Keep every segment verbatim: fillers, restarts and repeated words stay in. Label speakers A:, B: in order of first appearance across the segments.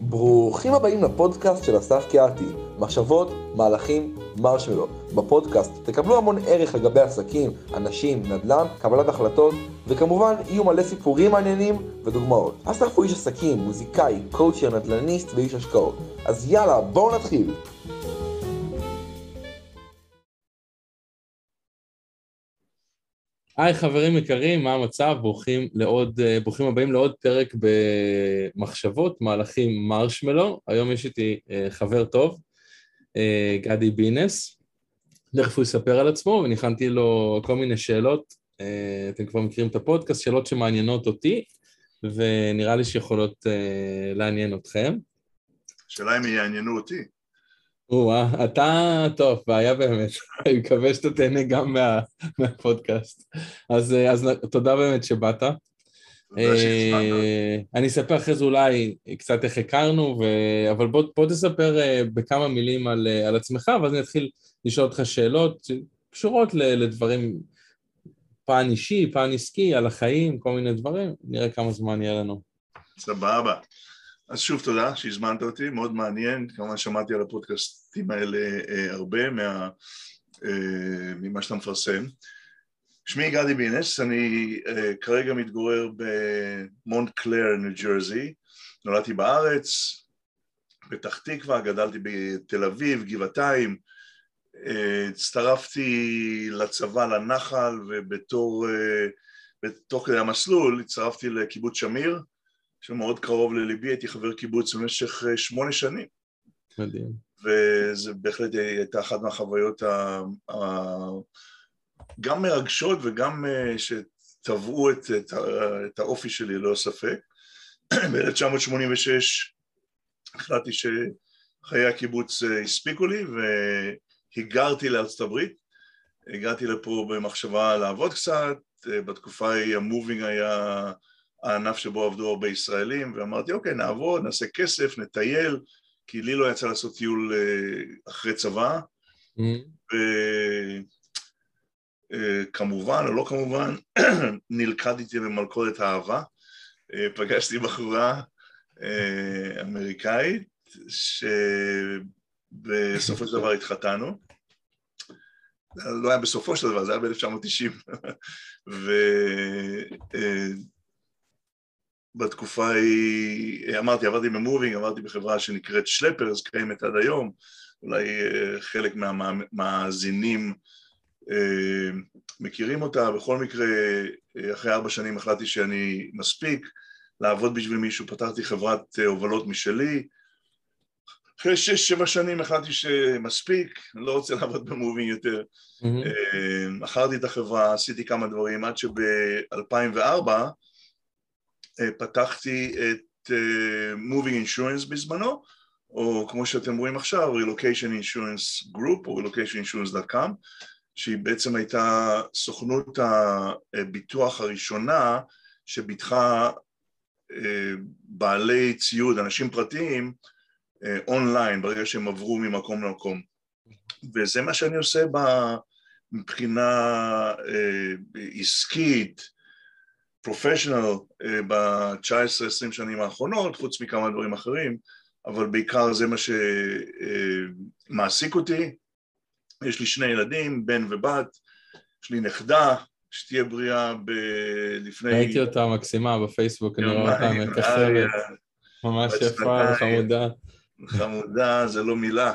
A: ברוכים הבאים לפודקאסט של אסף קיארטי, מחשבות, מהלכים, מרשמלו. בפודקאסט תקבלו המון ערך לגבי עסקים, אנשים, נדל"ן, קבלת החלטות, וכמובן יהיו מלא סיפורים מעניינים ודוגמאות. אסף הוא איש עסקים, מוזיקאי, קואוצ'ר, נדל"ניסט ואיש השקעות. אז יאללה, בואו נתחיל.
B: היי חברים יקרים, מה המצב? ברוכים, לעוד, ברוכים הבאים לעוד פרק במחשבות, מהלכים מרשמלו. היום יש איתי חבר טוב, גדי בינס. תכף הוא יספר על עצמו, וניחנתי לו כל מיני שאלות. אתם כבר מכירים את הפודקאסט, שאלות שמעניינות אותי, ונראה לי שיכולות לעניין אתכם.
C: שאלה אם יעניינו אותי.
B: וואה, אתה טוב, בעיה באמת. אני מקווה שאתה תהנה גם מה, מהפודקאסט. אז, אז תודה באמת שבאת. אני אספר אחרי זה אולי קצת איך הכרנו, ו... אבל בוא, בוא תספר בכמה מילים על, על עצמך, ואז אני אתחיל לשאול אותך שאלות קשורות לדברים, פן אישי, פן עסקי, על החיים, כל מיני דברים. נראה כמה זמן יהיה לנו.
C: סבבה. אז שוב תודה שהזמנת אותי, מאוד מעניין, כמובן שמעתי על הפודקאסטים האלה אה, הרבה מה, אה, ממה שאתה מפרסם. שמי גדי בינס, אני אה, כרגע מתגורר במונטקלר, ניו ג'רזי, נולדתי בארץ, פתח תקווה, גדלתי בתל אביב, גבעתיים, אה, הצטרפתי לצבא לנחל ובתור, אה, בתוך כדי המסלול הצטרפתי לקיבוץ שמיר, שמאוד קרוב לליבי, הייתי חבר קיבוץ במשך שמונה שנים.
B: מדהים.
C: וזה בהחלט הייתה אחת מהחוויות ה... גם מרגשות וגם שטבעו את, את, את האופי שלי, לא ספק. ב-אלף תשע מאות שמונים ושש החלטתי שחיי הקיבוץ הספיקו לי, והיגרתי לארצות הברית. הגעתי לפה במחשבה לעבוד קצת, בתקופה ההיא המובינג היה הענף שבו עבדו הרבה ישראלים, ואמרתי, אוקיי, נעבוד, נעשה כסף, נטייל, כי לי לא יצא לעשות טיול אחרי צבא, mm-hmm. וכמובן, או לא כמובן, נלכדתי במלכודת האהבה, פגשתי בחורה אמריקאית, שבסופו של דבר התחתנו, לא היה בסופו של דבר, זה היה ב-אלף תשע מאות תשעים, ו... בתקופה היא, אמרתי, עברתי במובינג, עברתי בחברה שנקראת שלפרס, קיימת עד היום, אולי חלק מהמאזינים מכירים אותה, בכל מקרה, אחרי ארבע שנים החלטתי שאני מספיק לעבוד בשביל מישהו, פתחתי חברת הובלות משלי, אחרי שש, שבע שנים החלטתי שמספיק, אני לא רוצה לעבוד במובינג יותר, mm-hmm. אחרתי את החברה, עשיתי כמה דברים, עד שב-אלפיים וארבע, פתחתי את uh, Moving Insurance בזמנו, או כמו שאתם רואים עכשיו, Relocation Insurance Group, או relocation insurance dot com, שהיא בעצם הייתה סוכנות הביטוח הראשונה, שביטחה uh, בעלי ציוד, אנשים פרטיים, אונליין, uh, ברגע שהם עברו ממקום למקום. וזה מה שאני עושה מבחינה uh, עסקית, פרופשיונל ב-תשע עשרה עשרים שנים האחרונות, חוץ מכמה דברים אחרים, אבל בעיקר זה מה שמעסיק אותי. יש לי שני ילדים, בן ובת, יש לי נכדה, שתהיה בריאה ב- לפני...
B: ראיתי אותה מקסימה בפייסבוק, אני רואה אותה מככבת, ממש יפה וחמודה.
C: חמודה, זה לא מילה.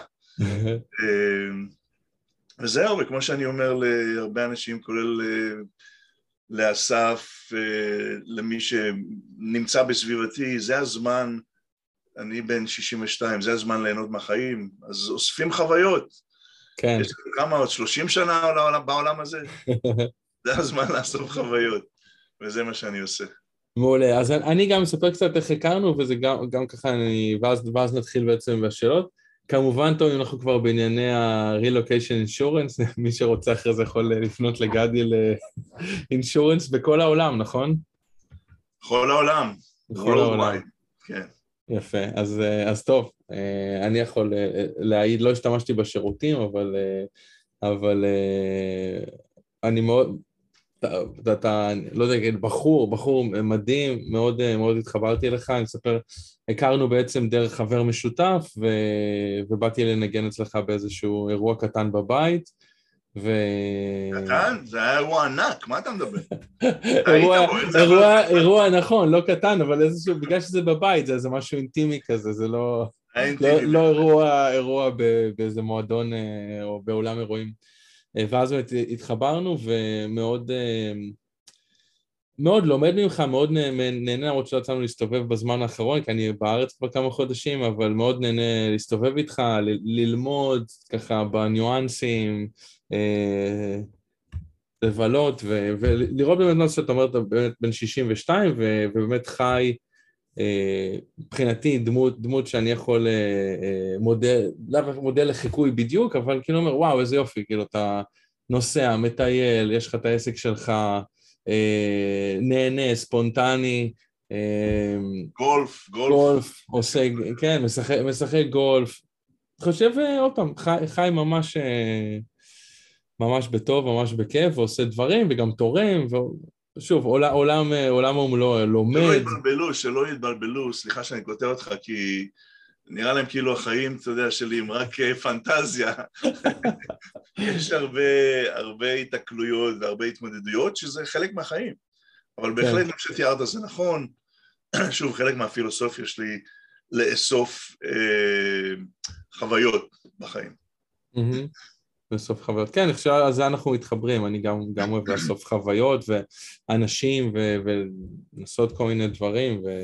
C: וזהו, וכמו שאני אומר להרבה אנשים, כולל... לאסף, למי שנמצא בסביבתי, זה הזמן, אני בן שישים ושתיים, זה הזמן ליהנות מהחיים, אז אוספים חוויות.
B: כן.
C: יש כמה עוד שלושים שנה בעולם הזה, זה הזמן לאסוף חוויות, וזה מה שאני עושה.
B: מעולה, אז אני גם אספר קצת איך הכרנו, וזה גם, גם ככה, אני, ואז, ואז נתחיל בעצם בשאלות. כמובן, טוב, אם אנחנו כבר בענייני ה-Relocation Insurance, מי שרוצה אחרי זה יכול לפנות לגדי ל-Insurance בכל העולם, נכון?
C: בכל העולם.
B: בכל העולם.
C: כן.
B: יפה, אז, אז טוב, אני יכול להעיד, לא השתמשתי בשירותים, אבל, אבל אני מאוד, אתה, אתה, לא יודע, בחור, בחור מדהים, מאוד, מאוד התחברתי אליך, אני אספר, הכרנו בעצם דרך חבר משותף, ו, ובאתי לנגן אצלך באיזשהו אירוע קטן בבית, ו...
C: קטן? זה היה אירוע ענק, מה אתה מדבר?
B: אירוע, אירוע, אירוע, נכון, לא קטן, אבל איזשהו, בגלל שזה בבית, זה איזה משהו אינטימי כזה, זה לא, לא, לא אירוע, אירוע באיזה מועדון או באולם אירועים. ואז באמת התחברנו, ומאוד מאוד לומד ממך, מאוד נהנה, למרות שלא יצאנו להסתובב בזמן האחרון, כי אני בארץ כבר כמה חודשים, אבל מאוד נהנה להסתובב איתך, ללמוד ככה בניואנסים, לבלות, ולראות באמת מה שאתה אומרת, באמת בן שישים ושתיים, ובאמת חי, מבחינתי דמות, דמות שאני יכול מודל, לא מודל לחיקוי בדיוק, אבל כאילו אומר, וואו, איזה יופי, כאילו אתה נוסע, מטייל, יש לך את העסק שלך, נהנה, ספונטני,
C: גולף, גולף,
B: גולף, עושה, כן, משחק, משחק גולף, חושב עוד פעם, חי, חי ממש, ממש בטוב, ממש בכיף, ועושה דברים, וגם תורם, ושוב, עולם, עולם, עולם ומלואו, לומד.
C: שלא יתבלבלו, שלא יתבלבלו, סליחה שאני כותב אותך, כי נראה להם כאילו החיים, אתה יודע, שלי הם רק פנטזיה. יש הרבה, הרבה התקלויות והרבה התמודדויות, שזה חלק מהחיים. אבל בהחלט, מה שתיארת זה נכון, שוב, חלק מהפילוסופיה שלי, לאסוף אה, חוויות בחיים.
B: לאסוף חוויות. כן, אני חושב על זה אנחנו מתחברים, אני גם, גם אוהב לאסוף חוויות ואנשים ולנסות כל מיני דברים. ו...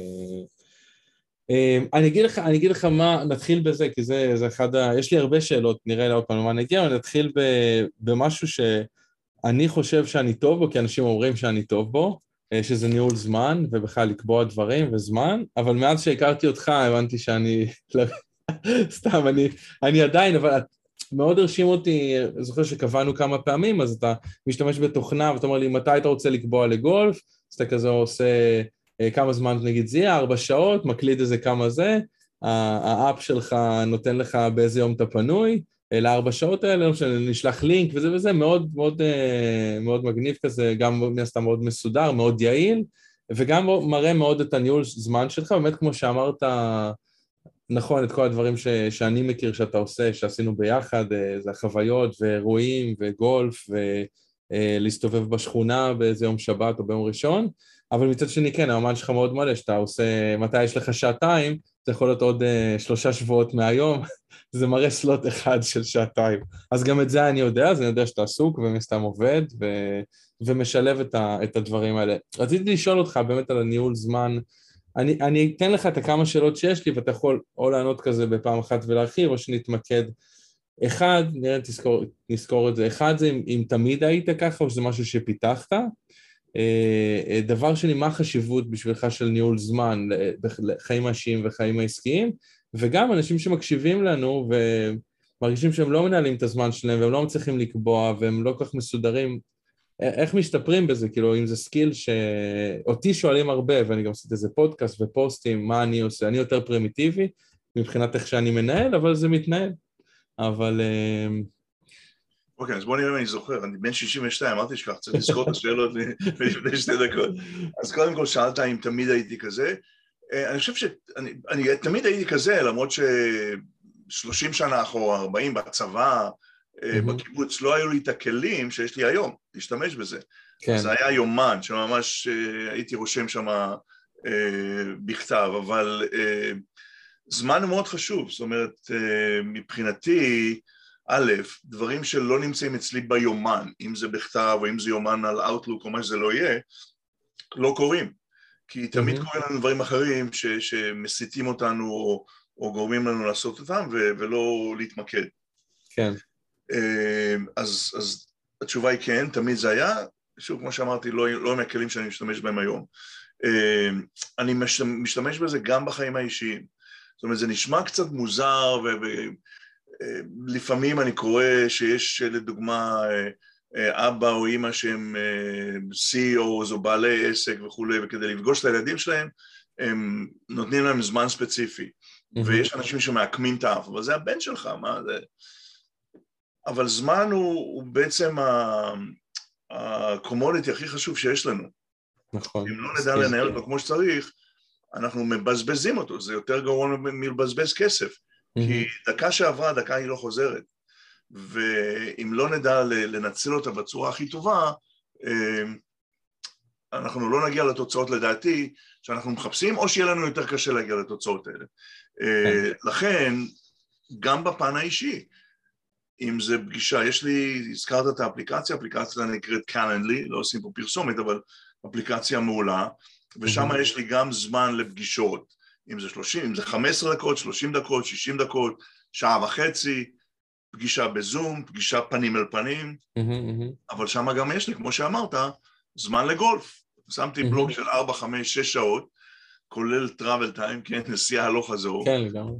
B: אני אגיד לך, אני אגיד לך מה, נתחיל בזה, כי זה, זה אחד ה... יש לי הרבה שאלות, נראה לי עוד פעם מה נגיע, אבל נתחיל ב, במשהו שאני חושב שאני טוב בו, כי אנשים אומרים שאני טוב בו, שזה ניהול זמן, ובכלל לקבוע דברים וזמן, אבל מאז שהכרתי אותך, הבנתי שאני... סתם, אני, אני עדיין, אבל מאוד הרשים אותי, זוכר שקבענו כמה פעמים, אז אתה משתמש בתוכנה, ואתה אומר לי, מתי אתה רוצה לקבוע לגולף? אז אתה כזה עושה כמה זמן, נגיד זה יהיה, ארבע שעות, מקליד איזה כמה זה, האפ שלך נותן לך באיזה יום אתה פנוי, לארבע שעות האלה, נשלח לינק וזה וזה, מאוד מאוד, מאוד מגניב כזה, גם מהסתם מאוד מסודר, מאוד יעיל, וגם מראה מאוד את הניהול זמן שלך, באמת כמו שאמרת, נכון, את כל הדברים ש, שאני מכיר שאתה עושה, שעשינו ביחד, זה החוויות ואירועים וגולף ולהסתובב בשכונה באיזה יום שבת או ביום ראשון, אבל מצד שני כן, האמן שלך מאוד מלא, שאתה עושה, מתי יש לך שעתיים, זה יכול להיות עוד שלושה שבועות מהיום, זה מראה סלוט אחד של שעתיים. אז גם את זה אני יודע, אז אני יודע שאתה עסוק ומסתם עובד ו, ומשלב את, ה, את הדברים האלה. רציתי לשאול אותך באמת על הניהול זמן, אני, אני אתן לך את הכמה שאלות שיש לי, ואתה יכול או לענות כזה בפעם אחת ולהרחיב, או שנתמקד. אחד, נראה, תזכור, נזכור את זה, אחד זה אם, אם תמיד היית ככה, או שזה משהו שפיתחת. דבר שני, מה החשיבות בשבילך של ניהול זמן, לחיים האישיים וחיים העסקיים, וגם אנשים שמקשיבים לנו, ומרגישים שהם לא מנהלים את הזמן שלהם, והם לא מצליחים לקבוע, והם לא כל כך מסודרים, איך משתפרים בזה? כאילו, אם זה סקיל שאותי שואלים הרבה, ואני גם עשיתי איזה פודקאסט ופוסטים, מה אני עושה? אני יותר פרימיטיבי, מבחינת איך שאני מנהל, אבל זה מתנהל. אבל...
C: אוקיי, אז בוא נראה אם אני זוכר, אני בן שישים ושתיים, אמרתי שכך, צריך לזכור את השאלות לפני שתי דקות. אז קודם כל שאלת אם תמיד הייתי כזה. אני חושב שאני תמיד הייתי כזה, למרות ש-שלושים שנה אחורה, ארבעים בצבא, בקיבוץ, לא היו לי את הכלים שיש לי היום, להשתמש בזה. זה היה יומן, שממש הייתי רושם שם בכתב, אבל זמן מאוד חשוב, זאת אומרת, מבחינתי, א', דברים שלא נמצאים אצלי ביומן, אם זה בכתב או אם זה יומן על Outlook או מה שזה לא יהיה, לא קורים. כי תמיד קוראים לנו דברים אחרים ש- שמסיתים אותנו או, או גורמים לנו לעשות אותם ו- ולא להתמקד.
B: כן.
C: אז, אז התשובה היא כן, תמיד זה היה, שוב כמו שאמרתי, לא, לא מהכלים שאני משתמש בהם היום. אני משתמש בזה גם בחיים האישיים. זאת אומרת, זה נשמע קצת מוזר ו... לפעמים אני קורא שיש לדוגמה אבא או אמא שהם סי או או בעלי עסק וכולי, וכדי לפגוש את הילדים שלהם הם נותנים להם זמן ספציפי, mm-hmm. ויש אנשים שמעקמים את האף, אבל זה הבן שלך, מה זה? אבל זמן הוא, הוא בעצם הקומודיטי הכי חשוב שיש לנו.
B: נכון.
C: אם לא נדע לנהל אותו כמו שצריך, אנחנו מבזבזים אותו, זה יותר גרוע מלבזבז כסף, כי דקה שעברה, דקה היא לא חוזרת, ואם לא נדע לנצל אותה בצורה הכי טובה, אנחנו לא נגיע לתוצאות לדעתי שאנחנו מחפשים, או שיהיה לנו יותר קשה להגיע לתוצאות האלה. לכן, גם בפן האישי, אם זה פגישה, יש לי, הזכרת את האפליקציה, האפליקציה נקראת Calendly, לא עושים פה פרסומת, אבל אפליקציה מעולה, ושם יש לי גם זמן לפגישות, אם זה שלושים, אם זה חמש עשרה דקות, שלושים דקות, שישים דקות, שעה וחצי, פגישה בזום, פגישה פנים אל פנים, אבל שם גם יש לי, כמו שאמרת, זמן לגולף. שמתי בלוק של ארבע, חמש, שש שעות, כולל טראבל טיים, כן, נסיעה הלוך חזור.
B: כן, לגמרי.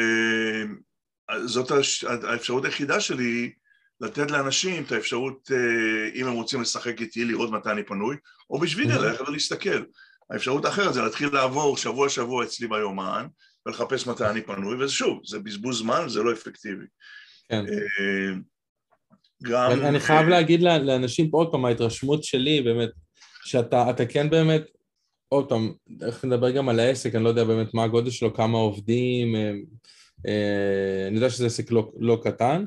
C: וזאת האפשרות היחידה שלי, לתת לאנשים את האפשרות, אם הם רוצים לשחק איתי, לראות מתי אני פנוי, או בשביל ללכת ולהסתכל. האפשרות האחרת זה להתחיל לעבור שבוע שבוע אצלי ביומן, ולחפש מתי אני פנוי, ושוב, זה בזבוז זמן, זה לא אפקטיבי.
B: כן.
C: גם...
B: אני חייב להגיד לאנשים פה עוד פעם, ההתרשמות שלי באמת, שאתה אתה כן באמת, עוד פעם, איך נדבר גם על העסק, אני לא יודע באמת מה הגודל שלו, כמה עובדים, אני יודע שזה עסק לא, לא קטן,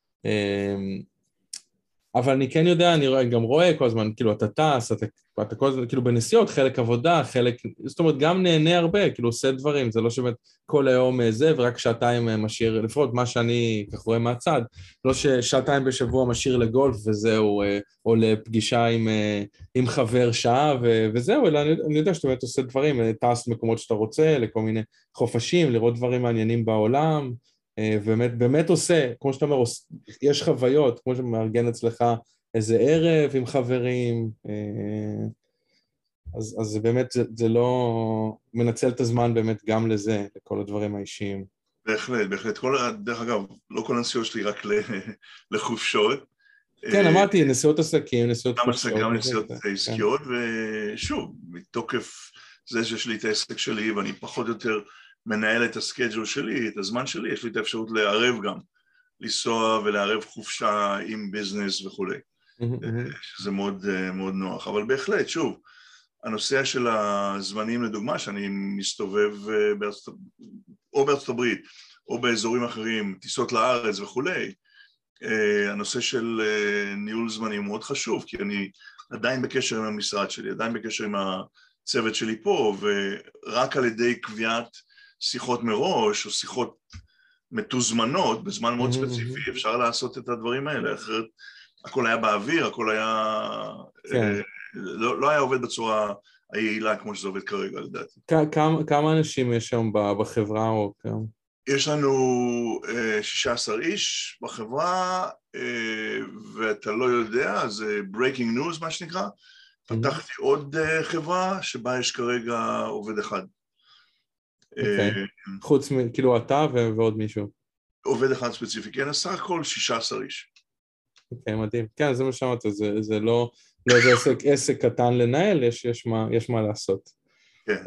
B: אבל אני כן יודע, אני רואה, גם רואה כל הזמן, כאילו אתה טס, אתה, אתה כל הזמן, כאילו בנסיעות, חלק עבודה, חלק, זאת אומרת, גם נהנה הרבה, כאילו עושה דברים, זה לא שבאמת כל היום זה, ורק שעתיים משאיר, לפחות מה שאני כך רואה מהצד, לא ששעתיים בשבוע משאיר לגולף, וזהו, או לפגישה עם, עם חבר שעה, ו, וזהו, אלא אני, אני יודע שאתה באמת עושה דברים, טס מקומות שאתה רוצה, לכל מיני חופשים, לראות דברים מעניינים בעולם, ובאמת, באמת עושה, כמו שאתה אומר, יש חוויות, כמו שמארגן אצלך איזה ערב עם חברים, אז, אז באמת זה, זה לא מנצל את הזמן באמת גם לזה, לכל הדברים האישיים.
C: בהחלט, בהחלט. כל, דרך אגב, לא כל הנסיעות שלי רק לחופשות.
B: כן, אמרתי, נסיעות עסקים, נסיעות חופשות.
C: גם נסיעות עסקיות, ושוב, מתוקף זה שיש לי את העסק שלי, ואני פחות או יותר מנהל את הסקייג'ול שלי, את הזמן שלי, יש לי את האפשרות לערב גם, לנסוע ולערב חופשה עם ביזנס וכו'. שזה מאוד, מאוד נוח. אבל בהחלט, שוב, הנושא של הזמנים לדוגמה, שאני מסתובב בארצות, או בארצות הברית, או באזורים אחרים, טיסות לארץ וכו', הנושא של ניהול זמנים מאוד חשוב, כי אני עדיין בקשר עם המשרד שלי, עדיין בקשר עם הצוות שלי פה, ורק על ידי קביעת שיחות מראש, או שיחות מתוזמנות, בזמן מאוד ספציפי, אפשר לעשות את הדברים האלה, אחרת הכל היה באוויר, הכל היה... כן. לא, לא היה עובד בצורה היעילה כמו שזה עובד כרגע, לדעתי.
B: כמה, כמה אנשים יש שם בחברה או כמה?
C: יש לנו שישה עשר איש בחברה, ואתה לא יודע, זה breaking news מה שנקרא, פתחתי עוד חברה שבה יש כרגע עובד אחד.
B: אוקיי, חוץ מכאילו אתה ועוד מישהו?
C: עובד אחד ספציפי, כן, סך הכל שישה עשר איש.
B: אוקיי, מדהים. כן, זה מה שאמרת, זה, זה לא, לא איזה עסק, עסק קטן לנהל, יש, יש מה, יש מה לעשות.
C: כן.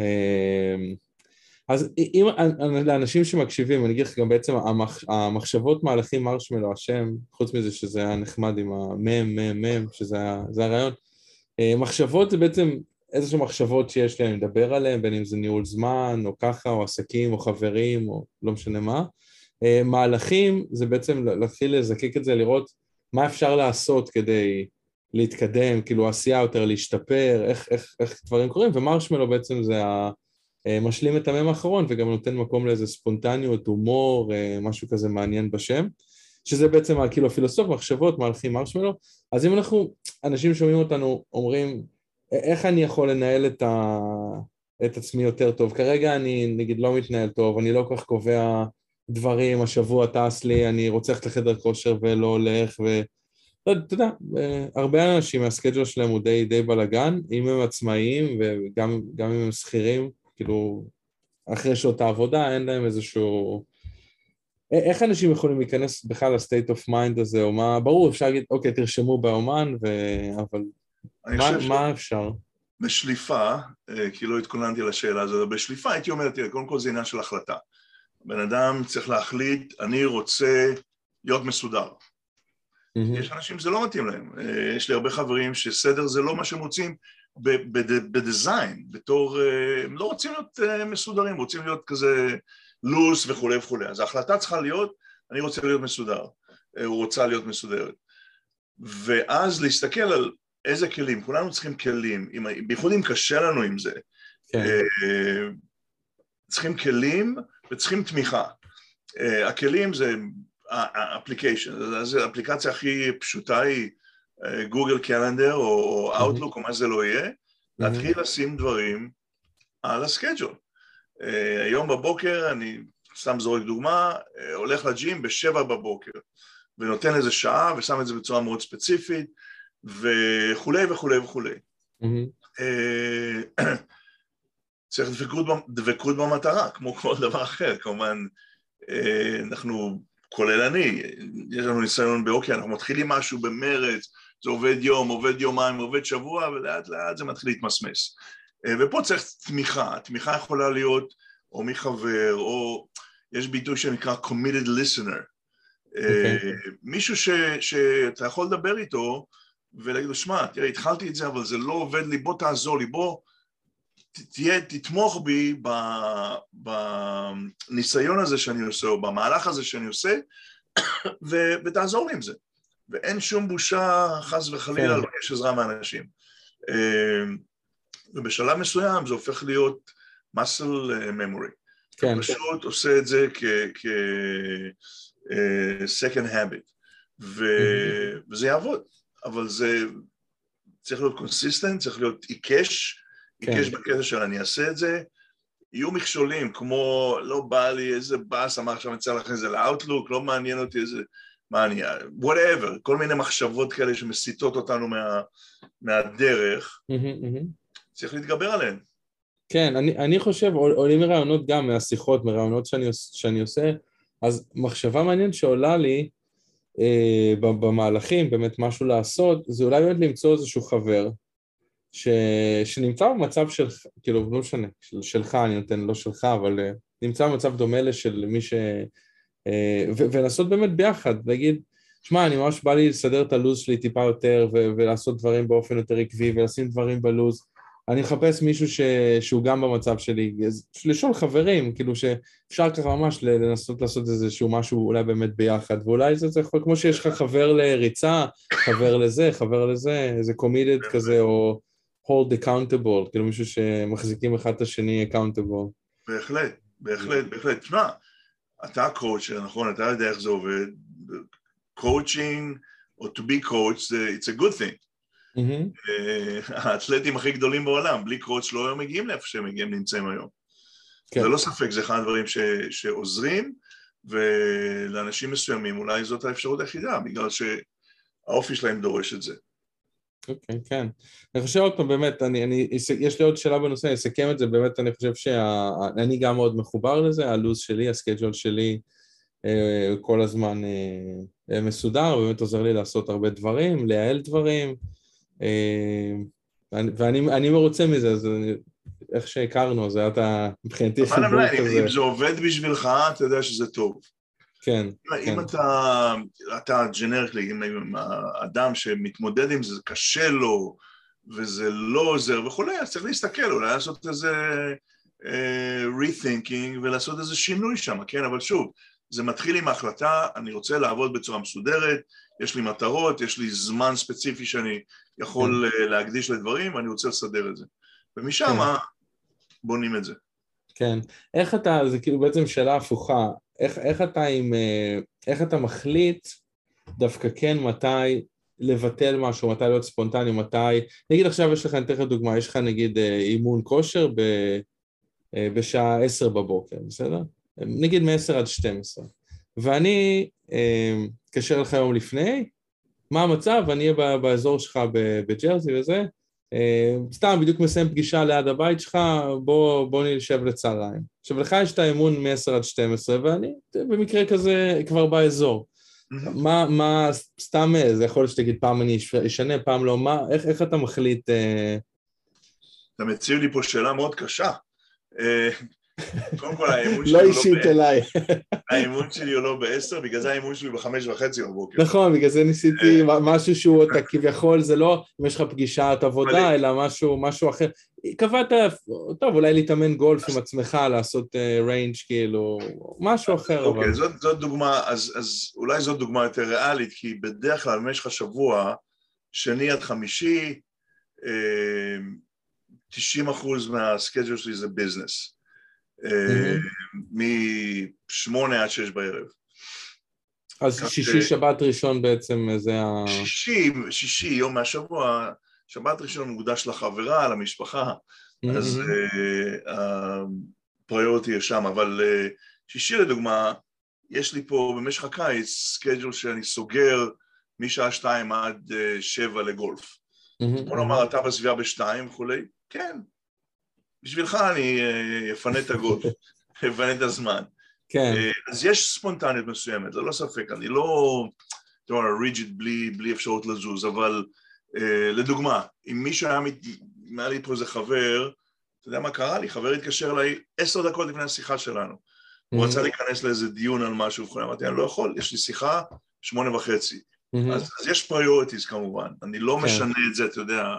B: אז אם לאנשים שמקשיבים, אני אגיד לך גם בעצם המח, המחשבות מהלכים מרשמלו, השם, חוץ מזה שזה היה נחמד עם המם, מם, מם, שזה זה הרעיון, מחשבות זה בעצם איזושהי מחשבות שיש לי, אני מדבר עליהן, בין אם זה ניהול זמן, או ככה, או עסקים, או חברים, או לא משנה מה. מהלכים זה בעצם להתחיל לזקק את זה, לראות מה אפשר לעשות כדי להתקדם, כאילו עשייה יותר להשתפר, איך, איך, איך דברים קורים, ומרשמלו בעצם זה משלים את המם האחרון, וגם נותן מקום לאיזה ספונטניות, הומור, משהו כזה מעניין בשם, שזה בעצם כאילו הפילוסוף, מחשבות, מהלכים מרשמלו. אז אם אנחנו, אנשים שומעים אותנו, אומרים, איך אני יכול לנהל את, ה... את עצמי יותר טוב? כרגע אני נגיד לא מתנהל טוב, אני לא כל כך קובע דברים, השבוע טס לי, אני רוצה ללכת לחדר כושר ולא הולך, ו... אתה יודע, הרבה אנשים מהסקייג'ול שלהם הוא די, די בלגן, אם הם עצמאיים וגם גם אם הם שכירים, כאילו, אחרי שעות העבודה, אין להם איזשהו... איך אנשים יכולים להיכנס בכלל ל-state of mind הזה, או מה... ברור, אפשר להגיד, אוקיי, תרשמו באומן, ו... אבל מה, מה אפשר?
C: בשליפה, כי לא התכוננתי לשאלה הזאת, בשליפה הייתי אומר, תראה, קודם כל זה עניין של החלטה. בן אדם צריך להחליט, אני רוצה להיות מסודר. Mm-hmm. יש אנשים שזה לא מתאים להם. יש לי הרבה חברים שסדר זה לא מה שהם רוצים בדיזיין, בתור, הם לא רוצים להיות מסודרים, רוצים להיות כזה לוס וכו' וכו'. אז ההחלטה צריכה להיות, אני רוצה להיות מסודר, הוא רוצה להיות מסודרת. ואז להסתכל על איזה כלים, כולנו צריכים כלים, בייחוד אם קשה לנו עם זה, כן. צריכים כלים וצריכים תמיכה. הכלים זה האפליקיישן, אז האפליקציה הכי פשוטה היא גוגל קלנדר או אאוטלוק או מה שזה לא יהיה, להתחיל לשים דברים על הסקייג'ול. היום בבוקר, אני סתם זורק דוגמה, הולך לג'ים בשבע בבוקר, ונותן איזה שעה ושם את זה בצורה מאוד ספציפית, וכולי וכולי וכולי. צריך דבקות במטרה, כמו כל דבר אחר, כמובן, אנחנו, כולל אני, יש לנו ניסיון באוקיי, אנחנו מתחילים משהו במרץ, זה עובד יום, עובד יומיים, עובד שבוע, ולאט לאט זה מתחיל להתמסמס. ופה צריך תמיכה, התמיכה יכולה להיות או מחבר, או יש ביטוי שנקרא committed listener, okay. מישהו ש, שאתה יכול לדבר איתו, ולהגיד לו, שמע, תראה, התחלתי את זה, אבל זה לא עובד לי, בוא תעזור לי, בוא תהיה, תתמוך בי בניסיון הזה שאני עושה, או במהלך הזה שאני עושה, ו, ותעזור לי עם זה. ואין שום בושה, חס וחלילה, לא יש עזרה מאנשים. ובשלב מסוים זה הופך להיות muscle memory. אתה פשוט עושה את זה כ-second habit, וזה יעבוד. אבל זה צריך להיות consistent, צריך להיות עיקש, עיקש בקטע של אני אעשה את זה, יהיו מכשולים, כמו לא בא לי איזה בס, אמר עכשיו מצא לכם איזה לאוטלוק, לא מעניין אותי איזה, מה אני, whatever, כל מיני מחשבות כאלה שמסיתות אותנו מה, מהדרך, צריך להתגבר עליהן.
B: כן, אני, אני חושב, עולים מרעיונות גם מהשיחות, מרעיונות שאני, שאני עושה, אז מחשבה מעניינת שעולה לי, במהלכים, באמת משהו לעשות, זה אולי באמת למצוא איזשהו חבר, ש... שנמצא במצב של, כאילו, לא משנה, של, שלך, אני נותן, לא שלך, אבל נמצא במצב דומה לשל מי ש... ו... ולעשות באמת ביחד, להגיד, שמע, אני ממש בא לי לסדר את הלוז שלי טיפה יותר, ו... ולעשות דברים באופן יותר עקבי, ולשים דברים בלוז, אני אחפש מישהו ש... שהוא גם במצב שלי, לשאול חברים, כאילו שאפשר ככה ממש לנסות לעשות איזשהו משהו אולי באמת ביחד, ואולי זה, זה יכול, כמו שיש לך חבר לריצה, חבר לזה, חבר לזה, איזה committed כזה, או hold accountable, כאילו מישהו שמחזיקים אחד את השני accountable.
C: בהחלט, בהחלט, בהחלט. תשמע, אתה קואוצ'ר, נכון, אתה יודע איך זה עובד, coaching, או to be coached, it's a good thing. האתלטים הכי גדולים בעולם, בלי קרוץ' לא מגיעים לאיפה שהם מגיעים, נמצאים היום. זה לא ספק, זה אחד הדברים שעוזרים, ולאנשים מסוימים אולי זאת האפשרות היחידה, בגלל שהאופי שלהם דורש את זה.
B: אוקיי, כן. אני חושב עוד פעם, באמת, יש לי עוד שאלה בנושא, אני אסכם את זה, באמת אני חושב שאני גם מאוד מחובר לזה, הלוז שלי, הסקייג'ול שלי, כל הזמן מסודר, באמת עוזר לי לעשות הרבה דברים, לייעל דברים, ואני אני מרוצה מזה, אז איך שהכרנו, זה היה מבחינתי חיבור כזה.
C: אם זה עובד בשבילך, אתה יודע שזה טוב.
B: כן.
C: אם אתה, אתה ג'נריקלי, אם האדם שמתמודד עם זה, זה קשה לו, וזה לא עוזר וכולי, אז צריך להסתכל, אולי לעשות איזה rethinking, ולעשות איזה שינוי שם, כן? אבל שוב, זה מתחיל עם ההחלטה, אני רוצה לעבוד בצורה מסודרת, יש לי מטרות, יש לי זמן ספציפי שאני יכול להקדיש לדברים, ואני רוצה לסדר את זה. ומשם בונים את זה.
B: כן. איך אתה, זה כאילו בעצם שאלה הפוכה, איך, איך אתה עם, איך אתה מחליט דווקא כן מתי לבטל משהו, מתי להיות ספונטני, מתי, נגיד עכשיו יש לך, אני אתן לך דוגמה, יש לך נגיד אימון כושר ב, בשעה עשר בבוקר, בסדר? נגיד מ-עשר עד שתים עשרה, ואני קשר לך יום לפני, מה המצב? אני אהיה באזור שלך בג'רזי וזה, סתם בדיוק מסיים פגישה ליד הבית שלך, בוא, בוא נשב לצהריים. עכשיו לך יש את האמון מ-עשר עד שתים עשרה, ואני במקרה כזה כבר באזור. מה, מה, סתם זה יכול להיות שתגיד פעם אני אשנה, פעם לא, מה, איך, איך אתה מחליט?
C: אתה מציב לי פה שאלה מאוד קשה. קודם כל האימון שלי
B: לא
C: הוא לא
B: אישית אליי.
C: האימון שלי הוא לא בעשר, בגלל זה האימון שלי בחמש וחצי בבוקר.
B: נכון, בגלל זה ניסיתי משהו שהוא, אתה כביכול, זה לא אם יש לך פגישת עבודה, אלא משהו אחר. קבעת, טוב, אולי להתאמן גולף עם עצמך, לעשות ריינג' כאילו, משהו אחר.
C: אוקיי, זאת דוגמה, אז אולי זאת דוגמה יותר ריאלית, כי בדרך כלל במשך השבוע, שני עד חמישי, תשעים אחוז מהסקייג'ול שלי זה ביזנס. משמונה עד שש בערב.
B: אז שישי, שבת ראשון בעצם זה ה...
C: שישי, שישי, יום מהשבוע, שבת ראשון מוקדש לחברה, למשפחה, אז הפריוריטי יש שם, אבל שישי לדוגמה, יש לי פה במשך הקיץ סקייג'ול שאני סוגר משעה שתיים עד שבע לגולף. בוא נאמר, אתה בסביבה בשתיים וכולי, כן. בשבילך אני אפנה את הגולף, אפנה את הזמן.
B: כן.
C: אז יש ספונטניות מסוימת, זה לא ספק, אני לא, אתה יודע, ריג'יד בלי, בלי אפשרות לזוז, אבל לדוגמה, אם מישהו היה, היה לי פה איזה חבר, אתה יודע מה קרה לי? חבר התקשר אליי עשר דקות לפני השיחה שלנו. הוא רצה להיכנס לאיזה דיון על משהו, אמרתי, אני לא יכול, יש לי שיחה, שמונה וחצי. אז, אז יש פריוריטיז כמובן, אני לא משנה את זה, אתה יודע,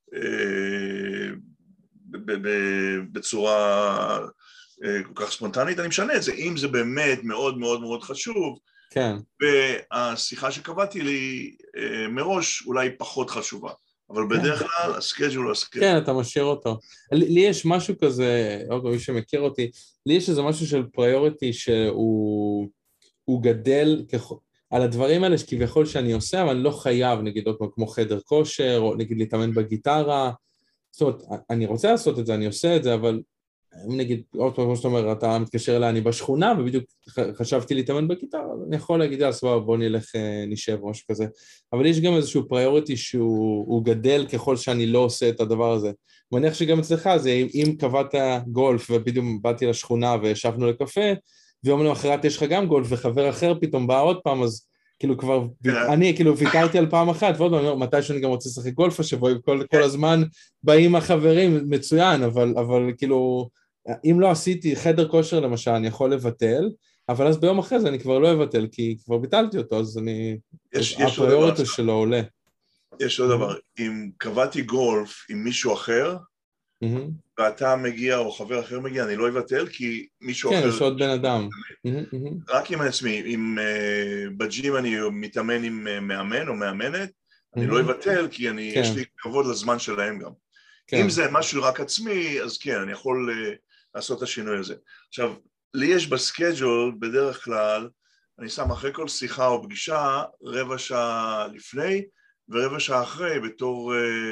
C: בצורה כל כך ספונטנית, אני משנה את זה, אם זה באמת מאוד מאוד מאוד חשוב,
B: כן.
C: והשיחה שקבעתי לי מראש אולי פחות חשובה, אבל בדרך כלל הסקייג'ול הוא הסקייג'ול.
B: כן, אתה משאיר אותו. לי יש משהו כזה, אוקיי, מי שמכיר אותי, לי יש איזה משהו של פריוריטי שהוא גדל ככל... על הדברים האלה שכביכול שאני עושה, אבל אני לא חייב, נגיד, עוד כמו חדר כושר, או נגיד להתאמן בגיטרה, זאת אומרת, אני רוצה לעשות את זה, אני עושה את זה, אבל נגיד, עוד פעם, כמו שאתה אומר, אתה מתקשר אליי, אני בשכונה, ובדיוק חשבתי להתאמן בגיטרה, אני יכול להגיד, אז בוא נלך, נשב, או משהו כזה, אבל יש גם איזשהו פריוריטי שהוא גדל ככל שאני לא עושה את הדבר הזה. מניח שגם אצלך, זה אם קבעת גולף, ובדיוק באתי לשכונה וישבנו לקפה, ויום למחרת יש לך גם גולף, וחבר אחר פתאום בא עוד פעם, אז כאילו כבר, אני כאילו ויתרתי על פעם אחת, ועוד פעם, מתי שאני גם רוצה לשחק גולף השבוע, כל הזמן באים החברים, מצוין, אבל כאילו, אם לא עשיתי חדר כושר למשל, אני יכול לבטל, אבל אז ביום אחרי זה אני כבר לא אבטל, כי כבר ביטלתי אותו, אז אני, הפריוריטי שלו עולה.
C: יש עוד דבר, אם קבעתי גולף עם מישהו אחר, ואתה מגיע או חבר אחר מגיע, אני לא אבטל, כי מישהו אחר...
B: כן, יש עוד בן אדם.
C: רק עם עצמי, אם בג'ים אני מתאמן עם מאמן או מאמנת, אני לא אבטל, כי יש לי כבוד לזמן שלהם גם. אם זה משהו רק עצמי, אז כן, אני יכול לעשות את השינוי הזה. עכשיו, לי יש בסקייג'ול, בדרך כלל, אני שם אחרי כל שיחה או פגישה, רבע שעה לפני, ורבע שעה אחרי, בתור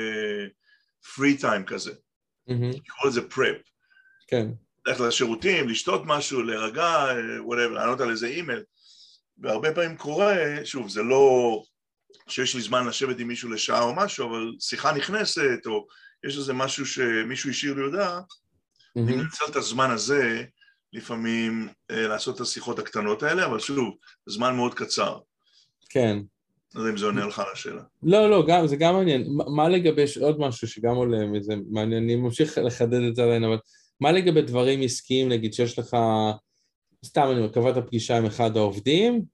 C: פרי טיים כזה. קורא לזה פרפ.
B: כן.
C: ללכת לשירותים, לשתות משהו, להירגע, whatever, לענות על איזה אימייל. והרבה פעמים קורה, שוב, זה לא שיש לי זמן לשבת עם מישהו לשעה או משהו, אבל שיחה נכנסת, או יש איזה משהו שמישהו השאיר לי הודעה, אני מנצל את הזמן הזה, לפעמים לעשות את השיחות הקטנות האלה, אבל שוב, זמן מאוד קצר.
B: כן.
C: לא יודע אם זה עונה לך על השאלה.
B: לא, לא, גם, זה גם מעניין. מה לגבי, עוד משהו שגם עולה מזה, מעניין, אני ממשיך לחדד את זה עלינו, אבל מה לגבי דברים עסקיים, נגיד שיש לך, סתם אני מקווה את הפגישה עם אחד העובדים,